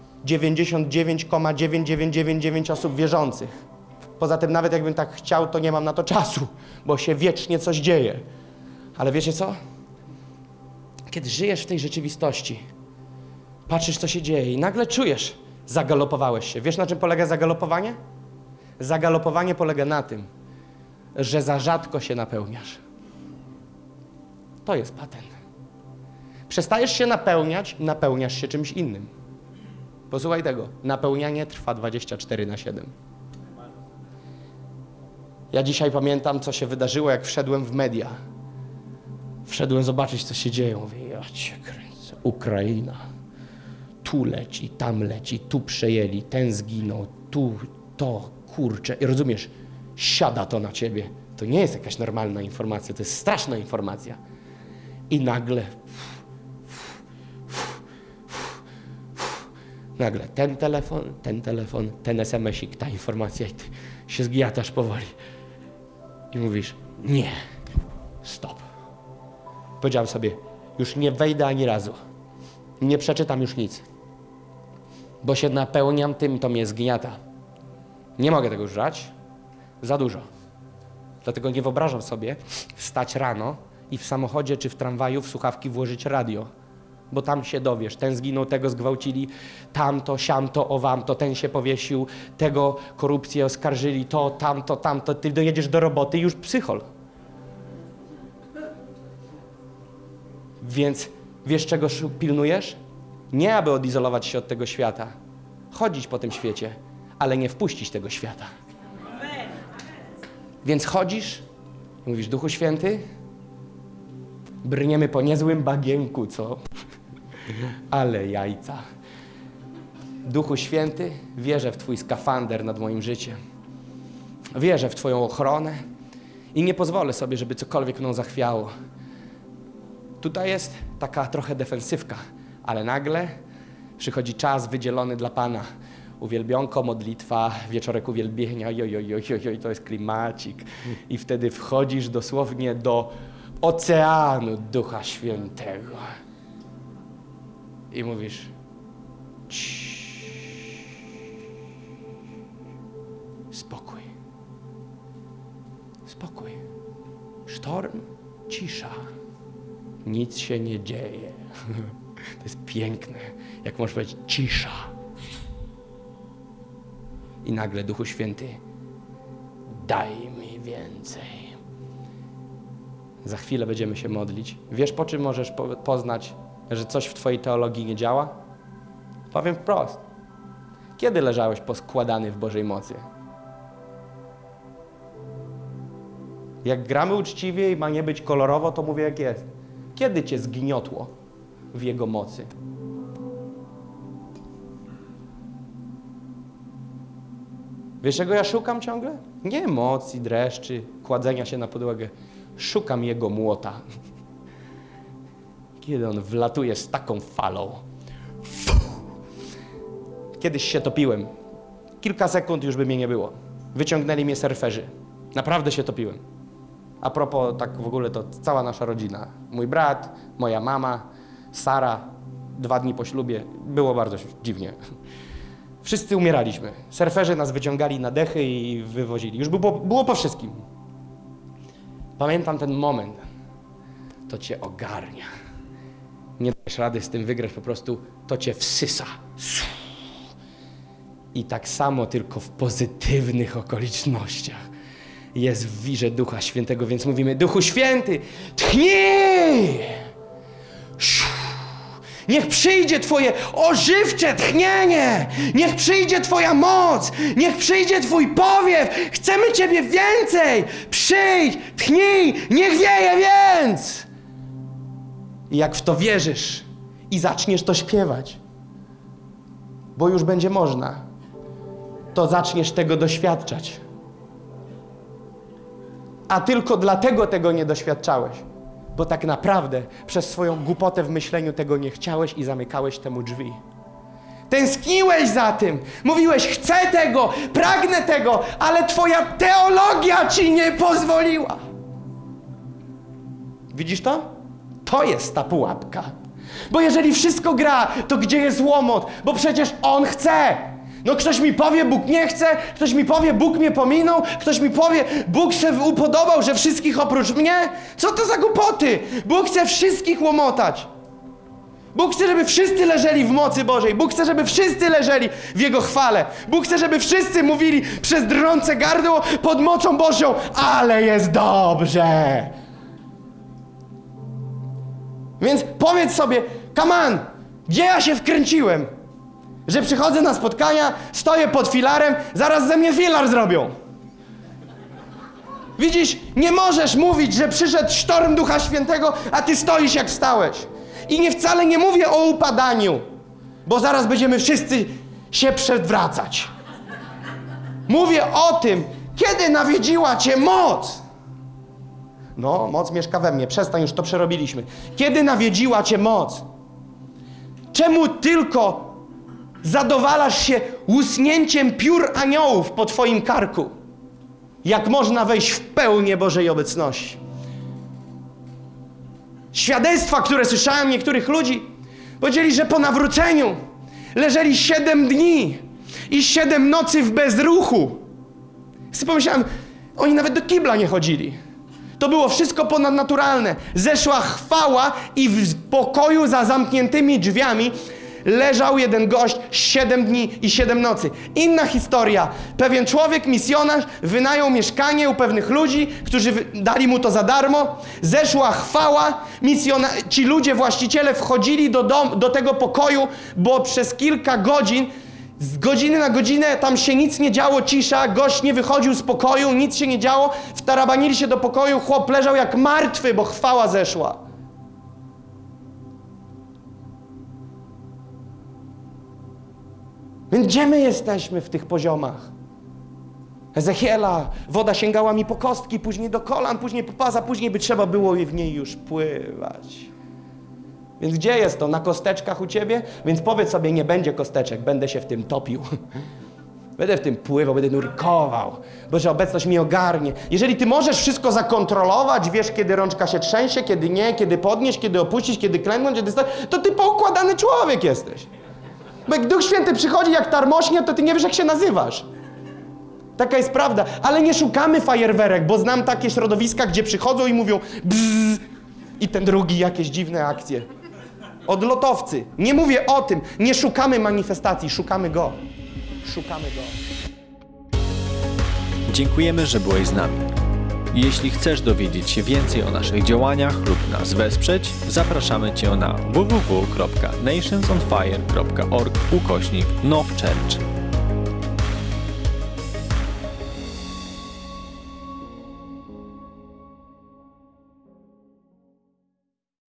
99,9999 osób wierzących. Poza tym nawet jakbym tak chciał, to nie mam na to czasu, bo się wiecznie coś dzieje. Ale wiecie co? Kiedy żyjesz w tej rzeczywistości, patrzysz, co się dzieje i nagle czujesz, zagalopowałeś się. Wiesz, na czym polega zagalopowanie? Zagalopowanie polega na tym, że za rzadko się napełniasz. To jest patent. Przestajesz się napełniać, napełniasz się czymś innym. Posłuchaj tego. Napełnianie trwa 24/7. Ja dzisiaj pamiętam, co się wydarzyło, jak wszedłem w media. Wszedłem zobaczyć, co się dzieje. Mówię, ja cię kręcę. Ukraina. Tu leci, tam leci, tu przejęli, ten zginął, tu, to, kurczę. I rozumiesz, siada to na ciebie. To nie jest jakaś normalna informacja, to jest straszna informacja. I nagle ten SMS-ik, ta informacja i ty się zgniatasz powoli. I mówisz, nie, stop. Powiedziałem sobie, już nie wejdę ani razu. Nie przeczytam już nic. Bo się napełniam tym, to mnie zgniata. Nie mogę tego już brać. Za dużo. Dlatego nie wyobrażam sobie wstać rano i w samochodzie czy w tramwaju w słuchawki włożyć radio. Bo tam się dowiesz, ten zginął, tego zgwałcili, tamto, siamto, owamto, ten się powiesił, tego korupcję oskarżyli, to, tamto, ty dojedziesz do roboty i już psychol. Więc wiesz, czego pilnujesz? Nie aby odizolować się od tego świata, chodzić po tym świecie, ale nie wpuścić tego świata. Więc chodzisz, mówisz, Duchu Święty, brniemy po niezłym bagienku, co? Ale jajca. Duchu Święty, wierzę w Twój skafander nad moim życiem. Wierzę w Twoją ochronę i nie pozwolę sobie, żeby cokolwiek mną zachwiało. Tutaj jest taka trochę defensywka, ale nagle przychodzi czas wydzielony dla Pana. Uwielbionko, modlitwa, wieczorek uwielbienia, to jest klimacik. I wtedy wchodzisz dosłownie do oceanu Ducha Świętego. I mówisz, spokój. Spokój. Sztorm, cisza. Nic się nie dzieje. To jest piękne, jak możesz powiedzieć, cisza. I nagle, Duchu Święty, daj mi więcej. Za chwilę będziemy się modlić. Wiesz, po czym możesz poznać, że coś w Twojej teologii nie działa? Powiem wprost. Kiedy leżałeś poskładany w Bożej mocy? Jak gramy uczciwie i ma nie być kolorowo, to mówię jak jest. Kiedy Cię zgniotło w Jego mocy? Wiesz, czego ja szukam ciągle? Nie emocji, dreszczy, kładzenia się na podłogę. Szukam Jego młota. Kiedy On wlatuje z taką falą. Kiedyś się topiłem. Kilka sekund już by mnie nie było. Wyciągnęli mnie surferzy. Naprawdę się topiłem. A propos, tak w ogóle to cała nasza rodzina. Mój brat, moja mama, Sara, 2 dni po ślubie. Było bardzo dziwnie. Wszyscy umieraliśmy. Surferzy nas wyciągali na dechy i wywozili. Już było po wszystkim. Pamiętam ten moment. To cię ogarnia. Nie dajesz rady z tym wygrać, po prostu to cię wsysa. I tak samo, tylko w pozytywnych okolicznościach jest w wirze Ducha Świętego, więc mówimy: Duchu Święty, tchnij! Niech przyjdzie Twoje ożywcze tchnienie! Niech przyjdzie Twoja moc! Niech przyjdzie Twój powiew! Chcemy Ciebie więcej! Przyjdź, tchnij, niech wieje więc! I jak w to wierzysz i zaczniesz to śpiewać, bo już będzie można, to zaczniesz tego doświadczać. A tylko dlatego tego nie doświadczałeś, bo tak naprawdę przez swoją głupotę w myśleniu tego nie chciałeś i zamykałeś temu drzwi. Tęskniłeś za tym, mówiłeś: chcę tego, pragnę tego, ale twoja teologia ci nie pozwoliła. Widzisz to? To jest ta pułapka. Bo jeżeli wszystko gra, to gdzie jest łomot? Bo przecież on chce. No ktoś mi powie: Bóg nie chce, ktoś mi powie: Bóg mnie pominął, ktoś mi powie: Bóg się upodobał, że wszystkich oprócz mnie. Co to za głupoty? Bóg chce wszystkich łomotać. Bóg chce, żeby wszyscy leżeli w mocy Bożej. Bóg chce, żeby wszyscy leżeli w Jego chwale. Bóg chce, żeby wszyscy mówili przez drące gardło pod mocą Bożą: ale jest dobrze. Więc powiedz sobie: come on, gdzie ja się wkręciłem? Że przychodzę na spotkania, stoję pod filarem, zaraz ze mnie filar zrobią. Widzisz, nie możesz mówić, że przyszedł sztorm Ducha Świętego, a ty stoisz jak wstałeś. I wcale nie mówię o upadaniu, bo zaraz będziemy wszyscy się przewracać. Mówię o tym, kiedy nawiedziła cię moc. No, moc mieszka we mnie, przestań, już to przerobiliśmy. Kiedy nawiedziła cię moc? Czemu tylko zadowalasz się łusnięciem piór aniołów po twoim karku? Jak można wejść w pełnię Bożej obecności? Świadectwa, które słyszałem niektórych ludzi, powiedzieli, że po nawróceniu leżeli 7 dni i 7 nocy w bezruchu. Sobie pomyślałem, oni nawet do kibla nie chodzili. To było wszystko ponadnaturalne. Zeszła chwała i w pokoju za zamkniętymi drzwiami leżał jeden gość 7 dni i 7 nocy. Inna historia. Pewien człowiek, misjonarz, wynajął mieszkanie u pewnych ludzi, którzy dali mu to za darmo. Zeszła chwała. Ci ludzie, właściciele, wchodzili do tego pokoju, bo przez kilka godzin, z godziny na godzinę tam się nic nie działo, cisza, gość nie wychodził z pokoju, nic się nie działo. Wtarabanili się do pokoju, chłop leżał jak martwy, bo chwała zeszła. Więc gdzie my jesteśmy w tych poziomach? Ezechiela, woda sięgała mi po kostki, później do kolan, później po pas, a później by trzeba było w niej już pływać. Więc gdzie jest to? Na kosteczkach u ciebie? Więc powiedz sobie: nie będzie kosteczek, będę się w tym topił. Będę w tym pływał, będę nurkował. Boże, obecność mi ogarnie. Jeżeli ty możesz wszystko zakontrolować, wiesz, kiedy rączka się trzęsie, kiedy nie, kiedy podnieść, kiedy opuścić, kiedy klęknąć, kiedy stać, to ty poukładany człowiek jesteś. Bo jak Duch Święty przychodzi jak tarmośnie, to ty nie wiesz, jak się nazywasz. Taka jest prawda. Ale nie szukamy fajerwerek, bo znam takie środowiska, gdzie przychodzą i mówią bzz, i ten drugi jakieś dziwne akcje. Odlotowcy. Nie mówię o tym. Nie szukamy manifestacji, szukamy Go. Szukamy Go. Dziękujemy, że byłeś z nami. Jeśli chcesz dowiedzieć się więcej o naszych działaniach lub nas wesprzeć, zapraszamy Cię na www.nationsonfire.org/nowchurch.